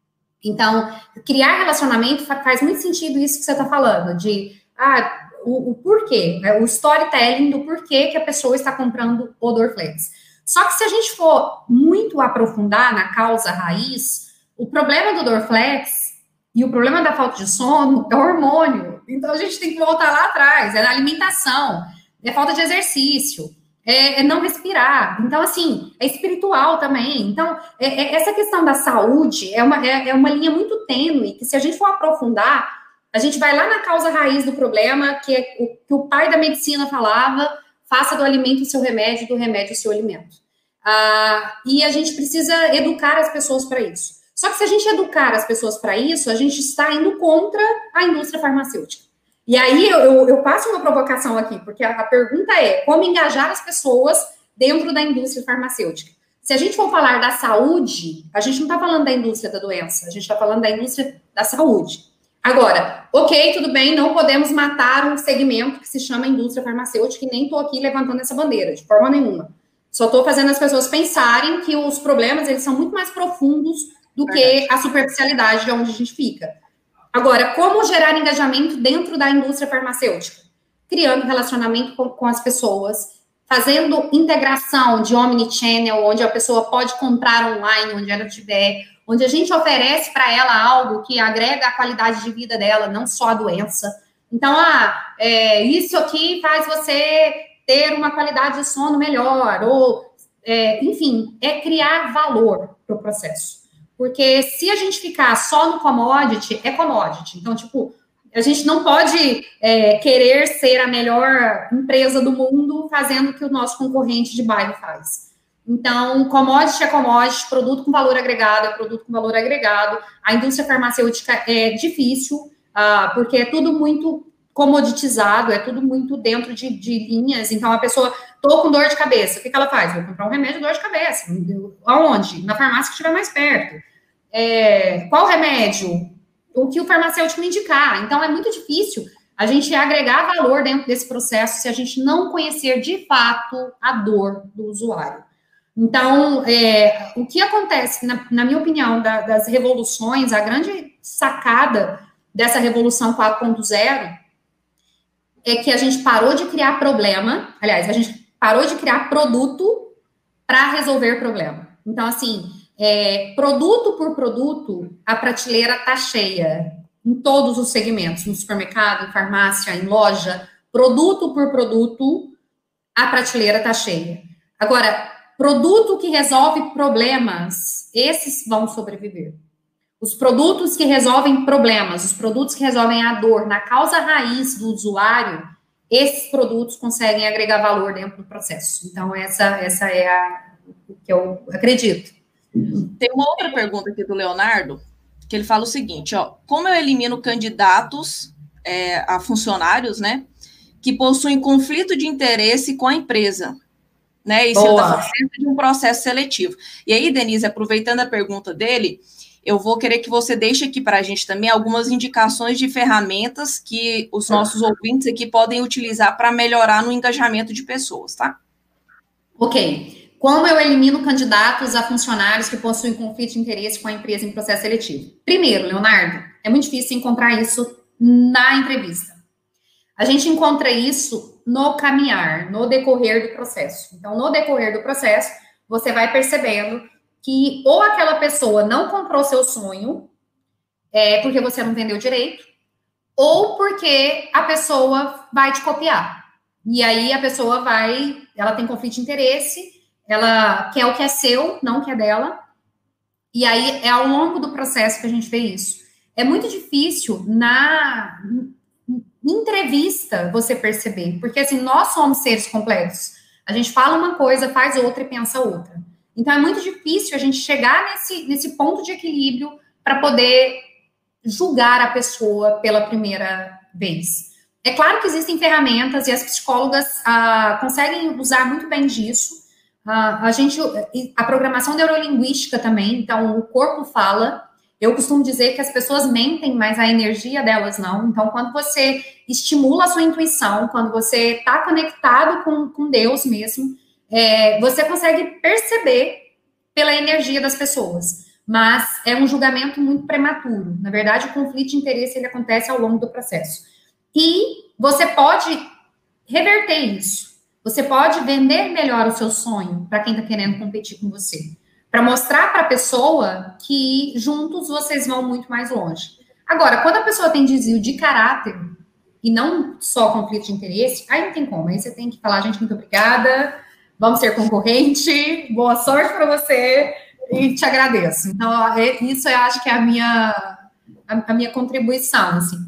Então, criar relacionamento faz muito sentido isso que você está falando, de ah, o, o porquê, né, o storytelling do porquê que a pessoa está comprando o Dorflex. Só que se a gente for muito aprofundar na causa raiz, o problema do Dorflex e o problema da falta de sono é o hormônio. Então, a gente tem que voltar lá atrás, é na alimentação, é falta de exercício, É, é não respirar. Então, assim, é espiritual também. Então, é, é, essa questão da saúde é uma, é, é uma linha muito tênue, que se a gente for aprofundar, a gente vai lá na causa raiz do problema, que é o que o pai da medicina falava, faça do alimento o seu remédio, do remédio o seu alimento. Ah, e a gente precisa educar as pessoas para isso. Só que se a gente educar as pessoas para isso, a gente está indo contra a indústria farmacêutica. E aí eu, eu, eu passo uma provocação aqui, porque a, a pergunta é como engajar as pessoas dentro da indústria farmacêutica. Se a gente for falar da saúde, a gente não está falando da indústria da doença, a gente está falando da indústria da saúde. Agora, ok, tudo bem, não podemos matar um segmento que se chama indústria farmacêutica, e nem estou aqui levantando essa bandeira, de forma nenhuma. Só estou fazendo as pessoas pensarem que os problemas, eles são muito mais profundos do que a superficialidade de onde a gente fica. Agora, como gerar engajamento dentro da indústria farmacêutica? Criando relacionamento com, com as pessoas, fazendo integração de omnichannel, onde a pessoa pode comprar online, onde ela estiver, onde a gente oferece para ela algo que agrega a qualidade de vida dela, não só a doença. Então, ah, é, isso aqui faz você ter uma qualidade de sono melhor, ou, é, enfim, é criar valor para o processo. Porque se a gente ficar só no commodity, é commodity. Então, tipo, a gente não pode é, querer ser a melhor empresa do mundo fazendo o que o nosso concorrente de bairro faz. Então, commodity é commodity, produto com valor agregado é produto com valor agregado. A indústria farmacêutica é difícil, uh, porque é tudo muito comoditizado, é tudo muito dentro de, de linhas. Então, a pessoa, tô com dor de cabeça, o que, que ela faz? Vou comprar um remédio de dor de cabeça. Aonde? Na farmácia que estiver mais perto. É, qual remédio? O que o farmacêutico me indicar. Então, é muito difícil a gente agregar valor dentro desse processo se a gente não conhecer de fato a dor do usuário. Então, é, o que acontece, na, na minha opinião, da, das revoluções, a grande sacada dessa revolução quatro ponto zero é que a gente parou de criar problema, aliás, a gente parou de criar produto para resolver problema. Então, assim, é, produto por produto, a prateleira está cheia, em todos os segmentos, no supermercado, em farmácia, em loja, produto por produto, a prateleira está cheia. Agora, produto que resolve problemas, esses vão sobreviver. Os produtos que resolvem problemas, os produtos que resolvem a dor na causa raiz do usuário, esses produtos conseguem agregar valor dentro do processo. Então, essa, essa é a, o que eu acredito. Tem uma outra pergunta aqui do Leonardo, que ele fala o seguinte, ó, como eu elimino candidatos é, a funcionários, né, que possuem conflito de interesse com a empresa, né, e se está falando de um processo seletivo. E aí, Denise, aproveitando a pergunta dele, eu vou querer que você deixe aqui para a gente também algumas indicações de ferramentas que os nossos ouvintes aqui podem utilizar para melhorar no engajamento de pessoas, tá? Ok. Como eu elimino candidatos a funcionários que possuem conflito de interesse com a empresa em processo seletivo? Primeiro, Leonardo, é muito difícil encontrar isso na entrevista. A gente encontra isso no caminhar, no decorrer do processo. Então, no decorrer do processo, você vai percebendo que ou aquela pessoa não comprou seu sonho, é, porque você não vendeu direito, ou porque a pessoa vai te copiar. E aí a pessoa vai, ela tem conflito de interesse, ela quer o que é seu, não o que é dela. E aí é ao longo do processo que a gente vê isso. É muito difícil na entrevista você perceber, porque assim, nós somos seres complexos. A gente fala uma coisa, faz outra e pensa outra. Então é muito difícil a gente chegar nesse, nesse ponto de equilíbrio para poder julgar a pessoa pela primeira vez. É claro que existem ferramentas e as psicólogas ah, conseguem usar muito bem disso. Ah, a gente, a programação neurolinguística também, então o corpo fala. Eu costumo dizer que as pessoas mentem, mas a energia delas não. Então, quando você estimula a sua intuição, quando você está conectado com, com Deus mesmo, é, você consegue perceber pela energia das pessoas. Mas é um julgamento muito prematuro. Na verdade, o conflito de interesse ele acontece ao longo do processo. E você pode reverter isso. Você pode vender melhor o seu sonho para quem está querendo competir com você. Para mostrar para a pessoa que juntos vocês vão muito mais longe. Agora, quando a pessoa tem desvio de caráter e não só conflito de interesse, aí não tem como. Aí você tem que falar, gente, muito obrigada, vamos ser concorrente, boa sorte para você e te agradeço. Então, isso eu acho que é a minha, a, a minha contribuição, assim.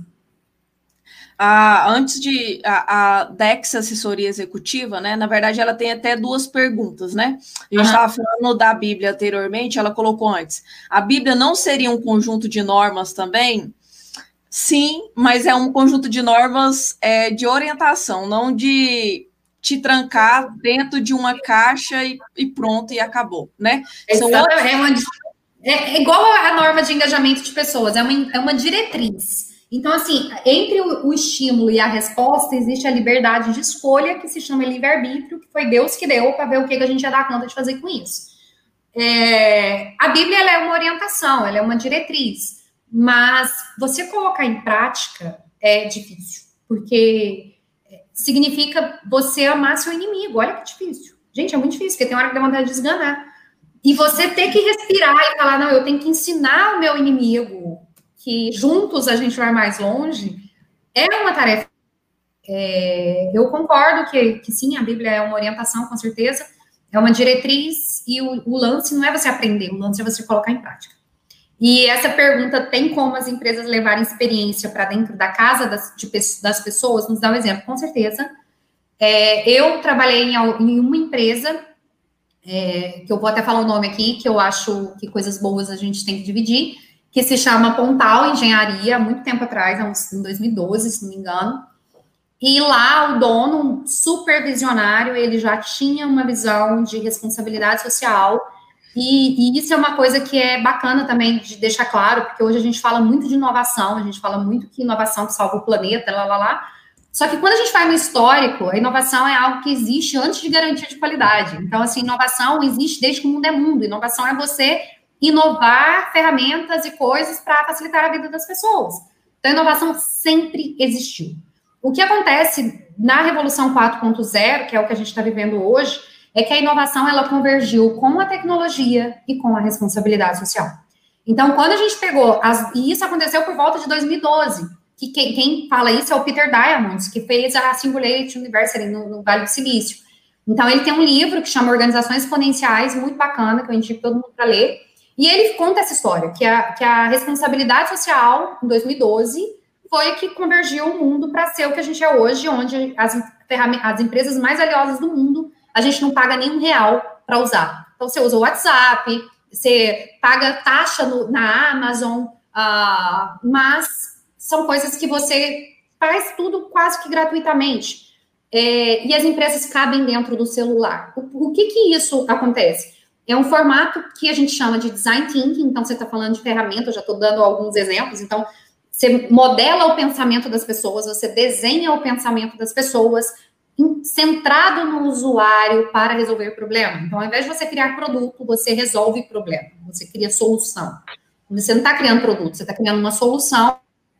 Ah, antes de a, a Dex Assessoria Executiva, né? Na verdade, ela tem até duas perguntas, né? A gente estava falando da Bíblia anteriormente, ela colocou antes. A Bíblia não seria um conjunto de normas também? Sim, mas é um conjunto de normas é, de orientação, não de te trancar dentro de uma caixa e, e pronto, e acabou, né? São outras... é, uma, é igual a norma de engajamento de pessoas, é uma, é uma diretriz. Então, assim, entre o, o estímulo e a resposta, existe a liberdade de escolha, que se chama livre-arbítrio, que foi Deus que deu para ver o que, que a gente ia dar conta de fazer com isso. É, a Bíblia ela é uma orientação, ela é uma diretriz, mas você colocar em prática é difícil, porque significa você amar seu inimigo. Olha que difícil. Gente, é muito difícil, porque tem hora que dá vontade de esganar. E você ter que respirar e falar, não, eu tenho que ensinar o meu inimigo que juntos a gente vai mais longe, é uma tarefa. É, eu concordo que, que sim, a Bíblia é uma orientação, com certeza, é uma diretriz, e o, o lance não é você aprender, o lance é você colocar em prática. E essa pergunta, tem como as empresas levarem experiência para dentro da casa das, de, das pessoas? Nos dá um exemplo, com certeza. É, eu trabalhei em, em uma empresa, é, que eu vou até falar o nome aqui, que eu acho que coisas boas a gente tem que dividir, que se chama Pontal Engenharia, há muito tempo atrás, em dois mil e doze, se não me engano. E lá o dono, um super visionário, ele já tinha uma visão de responsabilidade social, e, e isso é uma coisa que é bacana também de deixar claro, porque hoje a gente fala muito de inovação, a gente fala muito que inovação que salva o planeta, lá, lá, lá. Só que quando a gente vai no histórico, a inovação é algo que existe antes de garantia de qualidade. Então, assim, inovação existe desde que o mundo é mundo. Inovação é você inovar ferramentas e coisas para facilitar a vida das pessoas. Então, a inovação sempre existiu. O que acontece na Revolução quatro ponto zero, que é o que a gente está vivendo hoje, é que a inovação ela convergiu com a tecnologia e com a responsabilidade social. Então, quando a gente pegou, as, e isso aconteceu por volta de dois mil e doze, que quem, quem fala isso é o Peter Diamandis, que fez a Singularity University no, no Vale do Silício. Então, ele tem um livro que chama Organizações Exponenciais, muito bacana, que eu indico todo mundo para ler. E ele conta essa história, que a, que a responsabilidade social, em dois mil e doze, foi que convergiu o mundo para ser o que a gente é hoje, onde as, as empresas mais valiosas do mundo, a gente não paga nenhum real para usar. Então, você usa o WhatsApp, você paga taxa no, na Amazon, uh, mas são coisas que você faz tudo quase que gratuitamente. É, e as empresas cabem dentro do celular. O, o que que isso acontece? É um formato que a gente chama de design thinking, então você está falando de ferramenta, eu já estou dando alguns exemplos, então você modela o pensamento das pessoas, você desenha o pensamento das pessoas, centrado no usuário para resolver o problema. Então, ao invés de você criar produto, você resolve problema, você cria solução. Você não está criando produto, você está criando uma solução,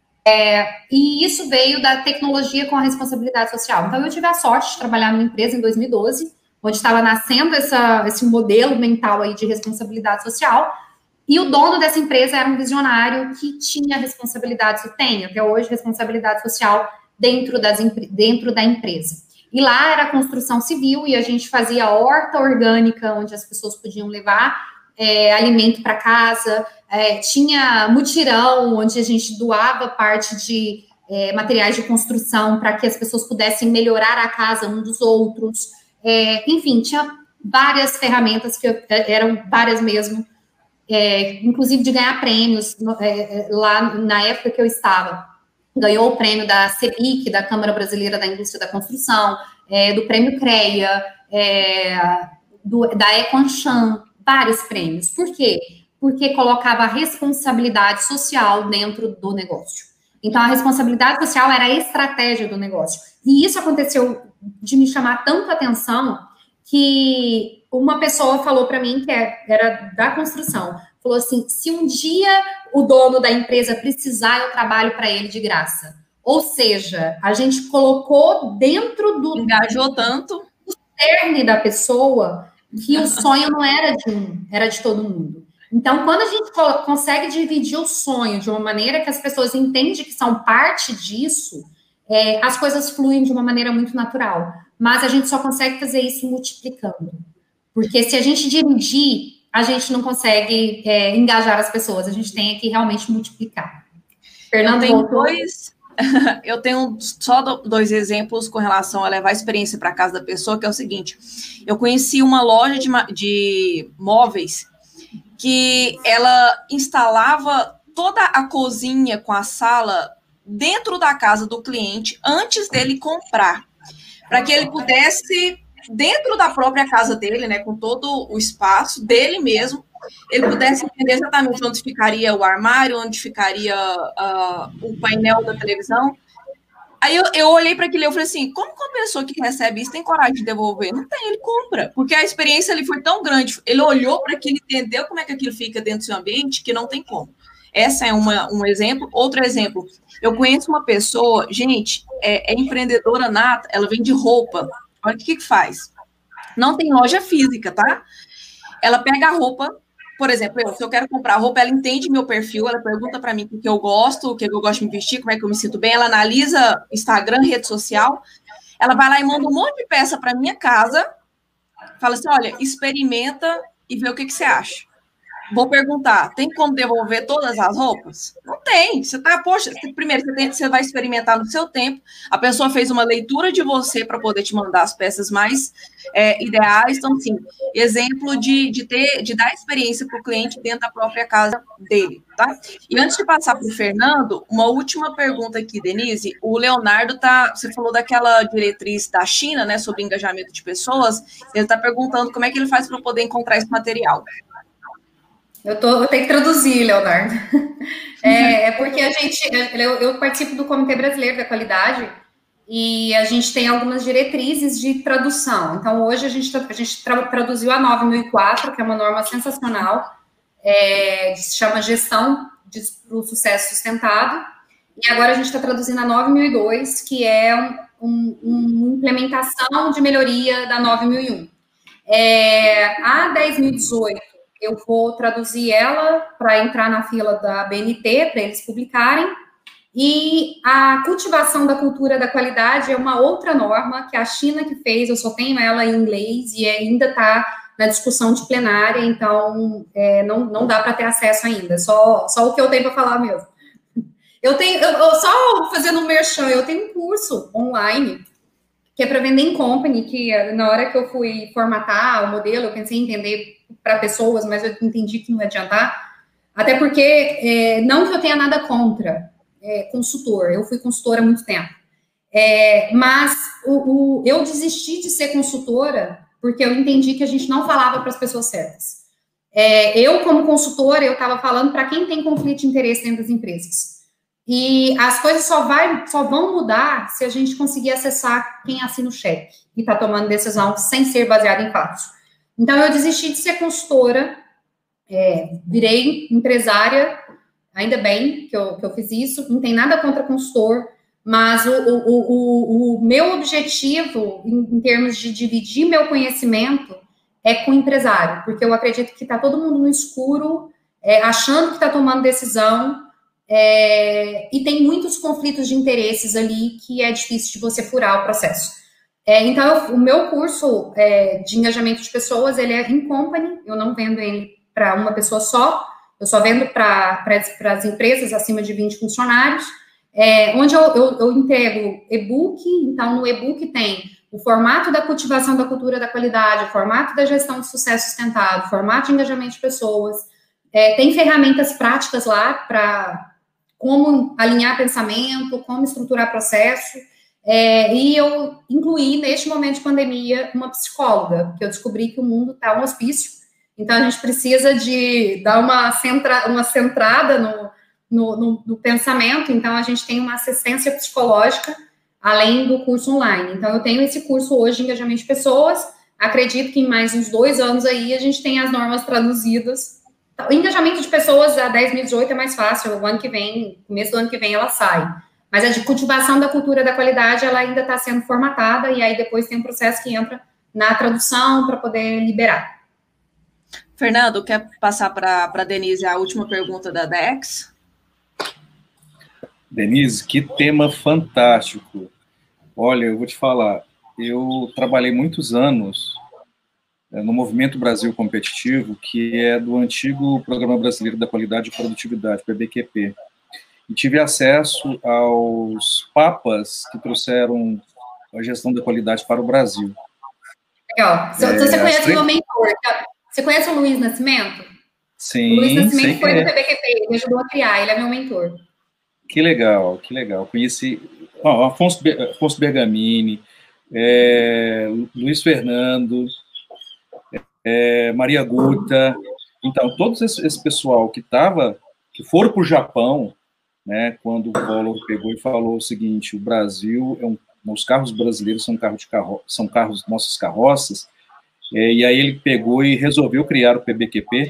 é, e isso veio da tecnologia com a responsabilidade social. Então, eu tive a sorte de trabalhar numa empresa em dois mil e doze, onde estava nascendo essa, esse modelo mental aí de responsabilidade social, e o dono dessa empresa era um visionário que tinha responsabilidade, tem até hoje responsabilidade social dentro, das, dentro da empresa. E lá era construção civil e a gente fazia horta orgânica, onde as pessoas podiam levar é, alimento para casa. É, tinha mutirão, onde a gente doava parte de é, materiais de construção para que as pessoas pudessem melhorar a casa um dos outros. É, enfim, tinha várias ferramentas, que eu, eram várias mesmo, é, inclusive de ganhar prêmios. É, lá na época que eu estava, ganhou o prêmio da CEBIC, da Câmara Brasileira da Indústria da Construção, é, do Prêmio CREA, é, do, da Econchan, vários prêmios. Por quê? Porque colocava a responsabilidade social dentro do negócio. Então, a responsabilidade social era a estratégia do negócio. E isso aconteceu de me chamar tanto a atenção que uma pessoa falou para mim, que era da construção, falou assim, se um dia o dono da empresa precisar, eu trabalho para ele de graça. Ou seja, a gente colocou dentro do... Engajou tanto. Do cerne da pessoa que o sonho não era de um, era de todo mundo. Então, quando a gente consegue dividir o sonho de uma maneira que as pessoas entendem que são parte disso, é, as coisas fluem de uma maneira muito natural. Mas a gente só consegue fazer isso multiplicando. Porque se a gente dividir, a gente não consegue é, engajar as pessoas. A gente tem que realmente multiplicar. Fernando, eu tenho dois... Eu tenho só dois exemplos com relação a levar a experiência para casa da pessoa, que é o seguinte. Eu conheci uma loja de, de móveis que ela instalava toda a cozinha com a sala dentro da casa do cliente antes dele comprar, para que ele pudesse, dentro da própria casa dele, né, com todo o espaço dele mesmo, ele pudesse entender exatamente onde ficaria o armário, onde ficaria uh, o painel da televisão. Aí eu, eu olhei para aquilo e eu falei assim, como que uma pessoa que recebe isso tem coragem de devolver? Não tem, ele compra. Porque a experiência ali foi tão grande, ele olhou para aquilo, entendeu como é que aquilo fica dentro do seu ambiente, que não tem como. Essa é uma, um exemplo. Outro exemplo, eu conheço uma pessoa, gente, é, é empreendedora nata, ela vende roupa. Olha o que que faz. Não tem loja física, tá? Ela pega a roupa, por exemplo, eu, se eu quero comprar roupa, ela entende meu perfil, ela pergunta para mim o que eu gosto, o que eu gosto de me vestir, como é que eu me sinto bem, ela analisa Instagram, rede social, ela vai lá e manda um monte de peça para minha casa, fala assim, olha, experimenta e vê o que, que você acha. Vou perguntar, tem como devolver todas as roupas? Não tem. Você tá, poxa, primeiro você, tem, você vai experimentar no seu tempo. A pessoa fez uma leitura de você para poder te mandar as peças mais é, ideais. Então, sim, exemplo de, de, ter, de dar experiência para o cliente dentro da própria casa dele, tá? E antes de passar para o Fernando, uma última pergunta aqui, Denise. O Leonardo tá, você falou daquela diretriz da China, né, sobre engajamento de pessoas. Ele está perguntando como é que ele faz para poder encontrar esse material. Eu, tô, eu tenho que traduzir, Leonardo. É, é porque a gente, eu, eu participo do Comitê Brasileiro da Qualidade e a gente tem algumas diretrizes de tradução. Então, hoje a gente, a gente traduziu a nove mil e quatro, que é uma norma sensacional, é, que se chama Gestão para o Sucesso Sustentado, e agora a gente está traduzindo a nove mil e dois, que é uma um, um implementação de melhoria da nove mil e um. É, a dez mil e dezoito, eu vou traduzir ela para entrar na fila da B N T, para eles publicarem. E a cultivação da cultura da qualidade é uma outra norma que a China que fez, eu só tenho ela em inglês e ainda está na discussão de plenária, então é, não, não dá para ter acesso ainda, só, só o que eu tenho para falar mesmo. Eu tenho, eu, eu, só fazendo um merchan, eu tenho um curso online que é para vender em company, que na hora que eu fui formatar o modelo, eu pensei em entender para pessoas, mas eu entendi que não ia adiantar, até porque, é, não que eu tenha nada contra é, consultor, eu fui consultora há muito tempo, é, mas o, o, eu desisti de ser consultora porque eu entendi que a gente não falava para as pessoas certas. É, eu, como consultora, eu estava falando para quem tem conflito de interesse dentro das empresas. E as coisas só, vai, só vão mudar se a gente conseguir acessar quem assina o cheque e está tomando decisão sem ser baseada em fatos. Então, eu desisti de ser consultora, é, virei empresária, ainda bem que eu, que eu fiz isso, não tem nada contra consultor, mas o, o, o, o meu objetivo, em, em termos de dividir meu conhecimento, é com o empresário, porque eu acredito que está todo mundo no escuro, é, achando que está tomando decisão, é, e tem muitos conflitos de interesses ali que é difícil de você furar o processo. É, então, eu, o meu curso é, de engajamento de pessoas, ele é in company, eu não vendo ele para uma pessoa só, eu só vendo para as empresas acima de vinte funcionários, é, onde eu, eu, eu entrego e-book, então no e-book tem o formato da cultivação da cultura da qualidade, o formato da gestão de sucesso sustentado, o formato de engajamento de pessoas, é, tem ferramentas práticas lá para como alinhar pensamento, como estruturar processo, é, e eu incluí, neste momento de pandemia, uma psicóloga, porque eu descobri que o mundo está um hospício, então a gente precisa de dar uma, centra, uma centrada no, no, no, no pensamento, então a gente tem uma assistência psicológica, além do curso online. Então eu tenho esse curso hoje de engajamento de pessoas, acredito que em mais uns dois anos aí a gente tem as normas traduzidas. O engajamento de pessoas a dez mil e dezoito é mais fácil, o ano que vem, começo do ano que vem ela sai. Mas a de cultivação da cultura da qualidade, ela ainda está sendo formatada, e aí depois tem um processo que entra na tradução para poder liberar. Fernando, quer passar para a Denise a última pergunta da Dex? Denise, que tema fantástico. Olha, eu vou te falar, eu trabalhei muitos anos no Movimento Brasil Competitivo, que é do antigo Programa Brasileiro da Qualidade e Produtividade, P B Q P. E tive acesso aos papas que trouxeram a gestão da qualidade para o Brasil. Legal. Você, é, você conhece o três... meu mentor? Você conhece o Luiz Nascimento? Sim, o Luiz Nascimento foi é. do P B Q P, ele me ajudou a criar, ele é meu mentor. Que legal, que legal. Conheci oh, Afonso, Afonso Bergamini, é, Luiz Fernando, é, Maria Guta. Então, todo esse, esse pessoal que estava, que foram para o Japão, né, quando o Collor pegou e falou o seguinte: o Brasil, é um, os carros brasileiros são, carro de carro, são carros, nossas carroças, é, e aí ele pegou e resolveu criar o P B Q P.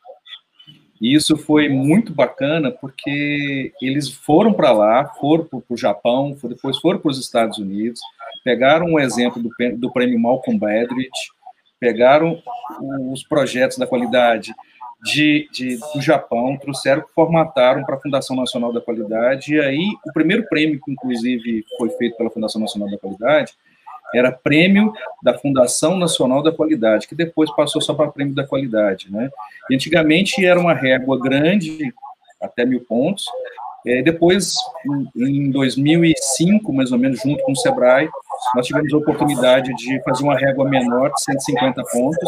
E isso foi muito bacana, porque eles foram para lá, foram para o Japão, depois foram para os Estados Unidos, pegaram um exemplo do, do prêmio Malcolm Baldrige, pegaram os projetos da qualidade de, de, do Japão, trouxeram, formataram para a Fundação Nacional da Qualidade, e aí o primeiro prêmio que, inclusive, foi feito pela Fundação Nacional da Qualidade era prêmio da Fundação Nacional da Qualidade, que depois passou só para prêmio da qualidade, né? E antigamente era uma régua grande, até mil pontos. É, depois, em dois mil e cinco, mais ou menos, junto com o Sebrae, nós tivemos a oportunidade de fazer uma régua menor, de cento e cinquenta pontos,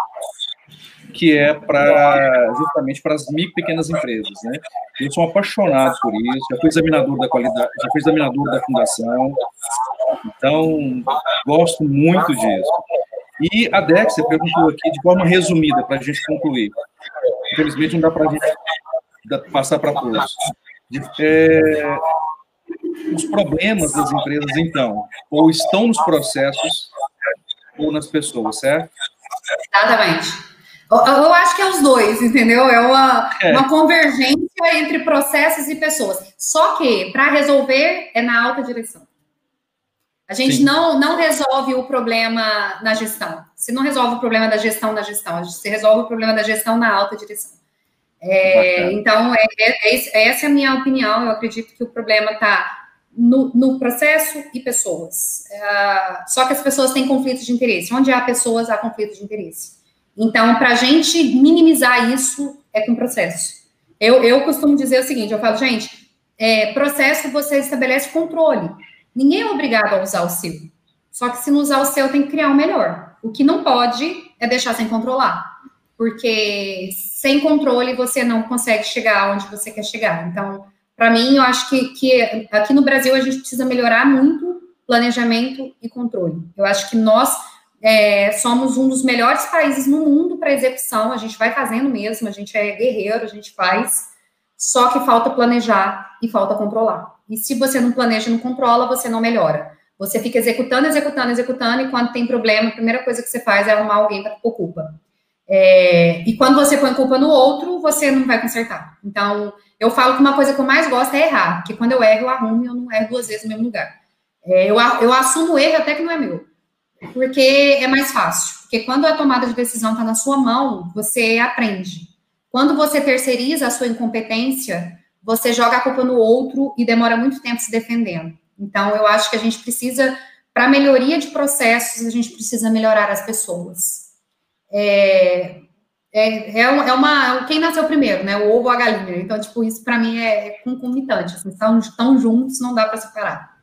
que é para justamente para as micro e pequenas empresas, né? Eu sou apaixonado por isso, já fui examinador da qualidade, já fui examinador da fundação, então gosto muito disso. E a Dex, você perguntou aqui de forma resumida para a gente concluir. Infelizmente não dá para a gente passar para todos. É, os problemas das empresas, então, ou estão nos processos ou nas pessoas, certo? Exatamente. Eu acho que é os dois, entendeu? É uma, é. uma convergência entre processos e pessoas. Só que, para resolver, é na alta direção. A gente não, não resolve o problema na gestão. Você não resolve o problema da gestão na gestão. Você resolve o problema da gestão na alta direção. É, então, é, é, essa é a minha opinião. Eu acredito que o problema está no, no processo e pessoas. É, só que as pessoas têm conflitos de interesse. Onde há pessoas, há conflito de interesse. Então, para a gente minimizar isso, é com processo. Eu, eu costumo dizer o seguinte, eu falo, gente, é, processo você estabelece controle. Ninguém é obrigado a usar o seu. Só que se não usar o seu, tem que criar o melhor. O que não pode é deixar sem controlar. Porque sem controle, você não consegue chegar onde você quer chegar. Então, para mim, eu acho que, que aqui no Brasil, a gente precisa melhorar muito planejamento e controle. Eu acho que nós... É, somos um dos melhores países no mundo para execução, a gente vai fazendo mesmo, a gente é guerreiro, a gente faz, só que falta planejar e falta controlar. E se você não planeja e não controla, você não melhora. Você fica executando, executando, executando, e quando tem problema, a primeira coisa que você faz é arrumar alguém para pôr culpa. É, e quando você põe culpa no outro, você não vai consertar. Então, eu falo que uma coisa que eu mais gosto é errar, porque quando eu erro, eu arrumo e eu não erro duas vezes no mesmo lugar. É, eu, eu assumo o erro até que não é meu. Porque é mais fácil. Porque quando a tomada de decisão está na sua mão, você aprende. Quando você terceiriza a sua incompetência, você joga a culpa no outro e demora muito tempo se defendendo. Então, eu acho que a gente precisa para melhoria de processos, a gente precisa melhorar as pessoas. É, é, é, uma... Quem nasceu primeiro, né? O ovo ou a galinha. Então, tipo, isso para mim é, é concomitante. Assim, estão tão juntos, não dá para separar.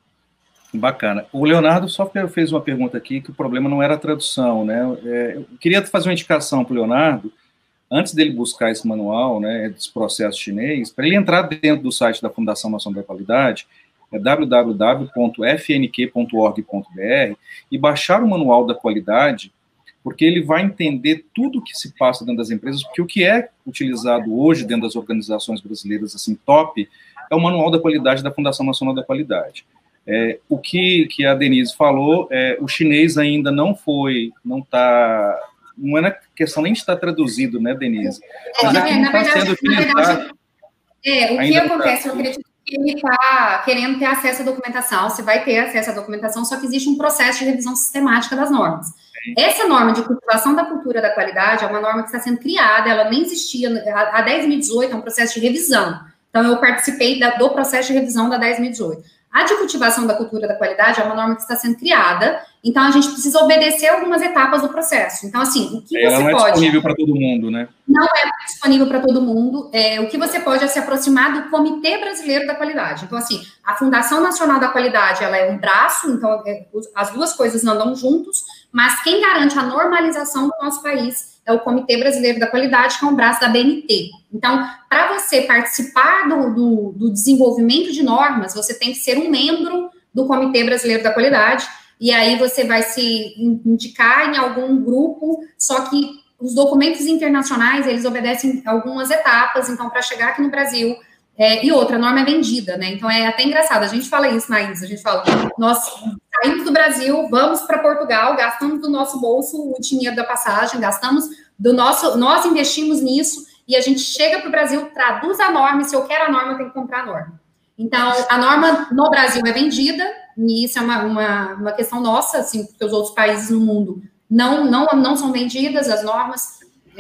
Bacana. O Leonardo só fez uma pergunta aqui, que o problema não era a tradução, né? É, eu queria fazer uma indicação para o Leonardo, antes dele buscar esse manual, né, desse processo chinês, para ele entrar dentro do site da Fundação Nacional da Qualidade, é w w w ponto f n q ponto org ponto b r, e baixar o manual da qualidade, porque ele vai entender tudo o que se passa dentro das empresas, porque o que é utilizado hoje dentro das organizações brasileiras, assim, top, é o manual da qualidade da Fundação Nacional da Qualidade. É, o que, que a Denise falou, é, o chinês ainda não foi, não está, não é na questão nem de estar traduzido, né, Denise? Mas é, é que não está sendo utilizado. É, o que acontece, eu acredito que ele está querendo ter acesso à documentação, você vai ter acesso à documentação, só que existe um processo de revisão sistemática das normas. Sim. Essa norma de cultivação da cultura da qualidade é uma norma que está sendo criada, ela nem existia, a, a dez mil e dezoito é um processo de revisão. Então, eu participei da, do processo de revisão da dez mil e dezoito. A de cultivação da cultura da qualidade é uma norma que está sendo criada, então a gente precisa obedecer algumas etapas do processo. Então, assim, o que Ela você não é pode... disponível para todo mundo, né? Não é disponível para todo mundo. É, o que você pode é se aproximar do Comitê Brasileiro da Qualidade. Então, assim, a Fundação Nacional da Qualidade, ela é um braço, então é, as duas coisas não andam juntos, mas quem garante a normalização do nosso país é o Comitê Brasileiro da Qualidade, que é um braço da B N T. Então, para você participar do, do, do desenvolvimento de normas, você tem que ser um membro do Comitê Brasileiro da Qualidade, e aí você vai se indicar em algum grupo, só que os documentos internacionais, eles obedecem algumas etapas, então, para chegar aqui no Brasil, é, e outra, a norma é vendida, né? Então, é até engraçado, a gente fala isso na I S A, a gente fala, nós saímos do Brasil, vamos para Portugal, gastamos do nosso bolso o dinheiro da passagem, gastamos do nosso, nós investimos nisso, e a gente chega para o Brasil, traduz a norma, e se eu quero a norma, eu tenho que comprar a norma. Então, a norma no Brasil é vendida, e isso é uma, uma, uma questão nossa, assim, porque os outros países no mundo não, não, não são vendidas, as normas,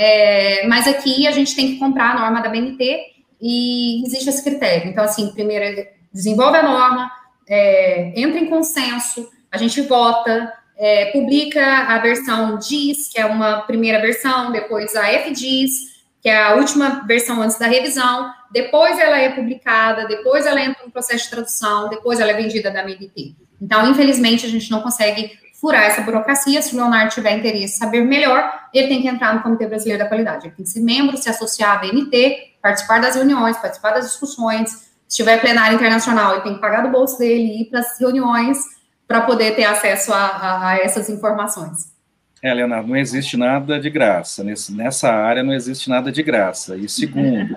é, mas aqui a gente tem que comprar a norma da B N T, e existe esse critério. Então, assim, primeiro, desenvolve a norma, é, entra em consenso, a gente vota, é, publica a versão D I S, que é uma primeira versão, depois a F D I S, que é a última versão antes da revisão, depois ela é publicada, depois ela entra no processo de tradução, depois ela é vendida da B N T. Então, infelizmente, a gente não consegue furar essa burocracia. Se o Leonardo tiver interesse em saber melhor, ele tem que entrar no Comitê Brasileiro da Qualidade. Ele tem que ser membro, se associar à B N T, participar das reuniões, participar das discussões. Se tiver plenário internacional, ele tem que pagar do bolso dele e ir para as reuniões para poder ter acesso a, a, a essas informações. É, Leonardo, não existe nada de graça. Nesse, nessa área não existe nada de graça. E segundo,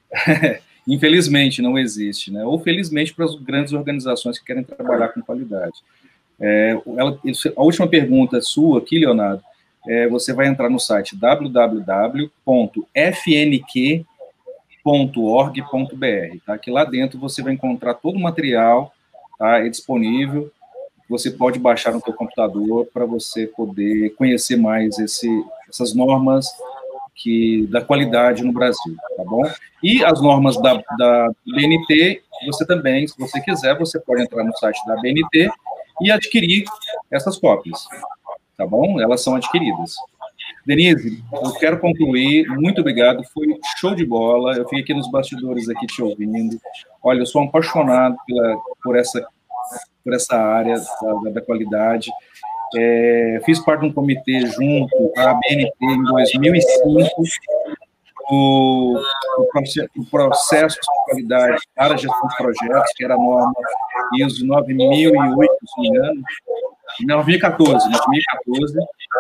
infelizmente não existe, né? Ou felizmente para as grandes organizações que querem trabalhar com qualidade. É, ela, a última pergunta sua aqui, Leonardo, é, você vai entrar no site w w w ponto f n q ponto org ponto b r, tá? Que lá dentro você vai encontrar todo o material, tá? É disponível. Você pode baixar no seu computador para você poder conhecer mais esse, essas normas que, da qualidade no Brasil, tá bom? E as normas da, da B N T, você também, se você quiser, você pode entrar no site da B N T e adquirir essas cópias, tá bom? Elas são adquiridas. Denise, eu quero concluir, muito obrigado, foi show de bola, eu fiquei aqui nos bastidores aqui te ouvindo. Olha, eu sou um apaixonado pela, por essa por essa área da, da qualidade. É, fiz parte de um comitê junto à B N T em dois mil e cinco, o, o processo de qualidade para a gestão de projetos, que era a norma I S O nove mil e oito, se não me engano, nove mil e quatorze, nove mil e quatorze,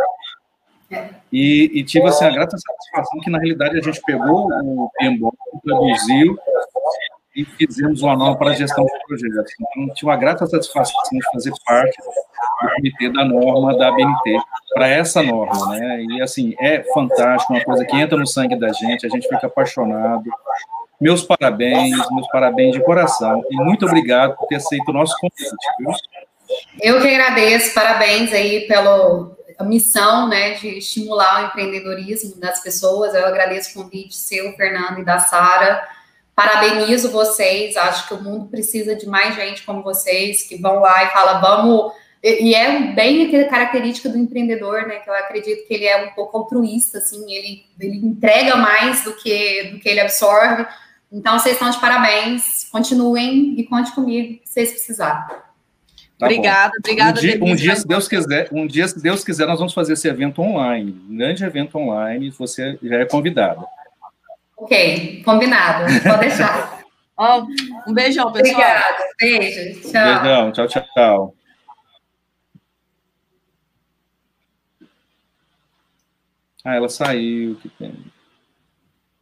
e, e tive assim, a grata satisfação que, na realidade, a gente pegou o P M B O K, traduziu, e fizemos uma norma para a gestão de projetos. Então, tive uma grata satisfação de fazer parte do comitê da norma da B N T para essa norma, né? E, assim, é fantástico, uma coisa que entra no sangue da gente, a gente fica apaixonado. Meus parabéns, meus parabéns de coração, e muito obrigado por ter aceito o nosso convite, viu? Eu que agradeço, parabéns aí pela missão, né, de estimular o empreendedorismo das pessoas. Eu agradeço o convite seu, Fernando, e da Sara. Parabenizo vocês, acho que o mundo precisa de mais gente como vocês, que vão lá e falam, vamos E, e é bem aquela característica do empreendedor, né? Que eu acredito que ele é um pouco altruísta, assim, ele, ele entrega mais do que, do que ele absorve. Então, vocês estão de parabéns, continuem e conte comigo se vocês precisarem. Tá obrigada, bom. obrigada. Um dia, um dia, se Deus quiser, um dia, se Deus quiser, nós vamos fazer esse evento online, um grande evento online, você já é convidada. Ok, combinado, pode deixar. Oh, um beijão, pessoal. Obrigada, beijo, tchau. Beijão, tchau, tchau. Ah, ela saiu, que tem.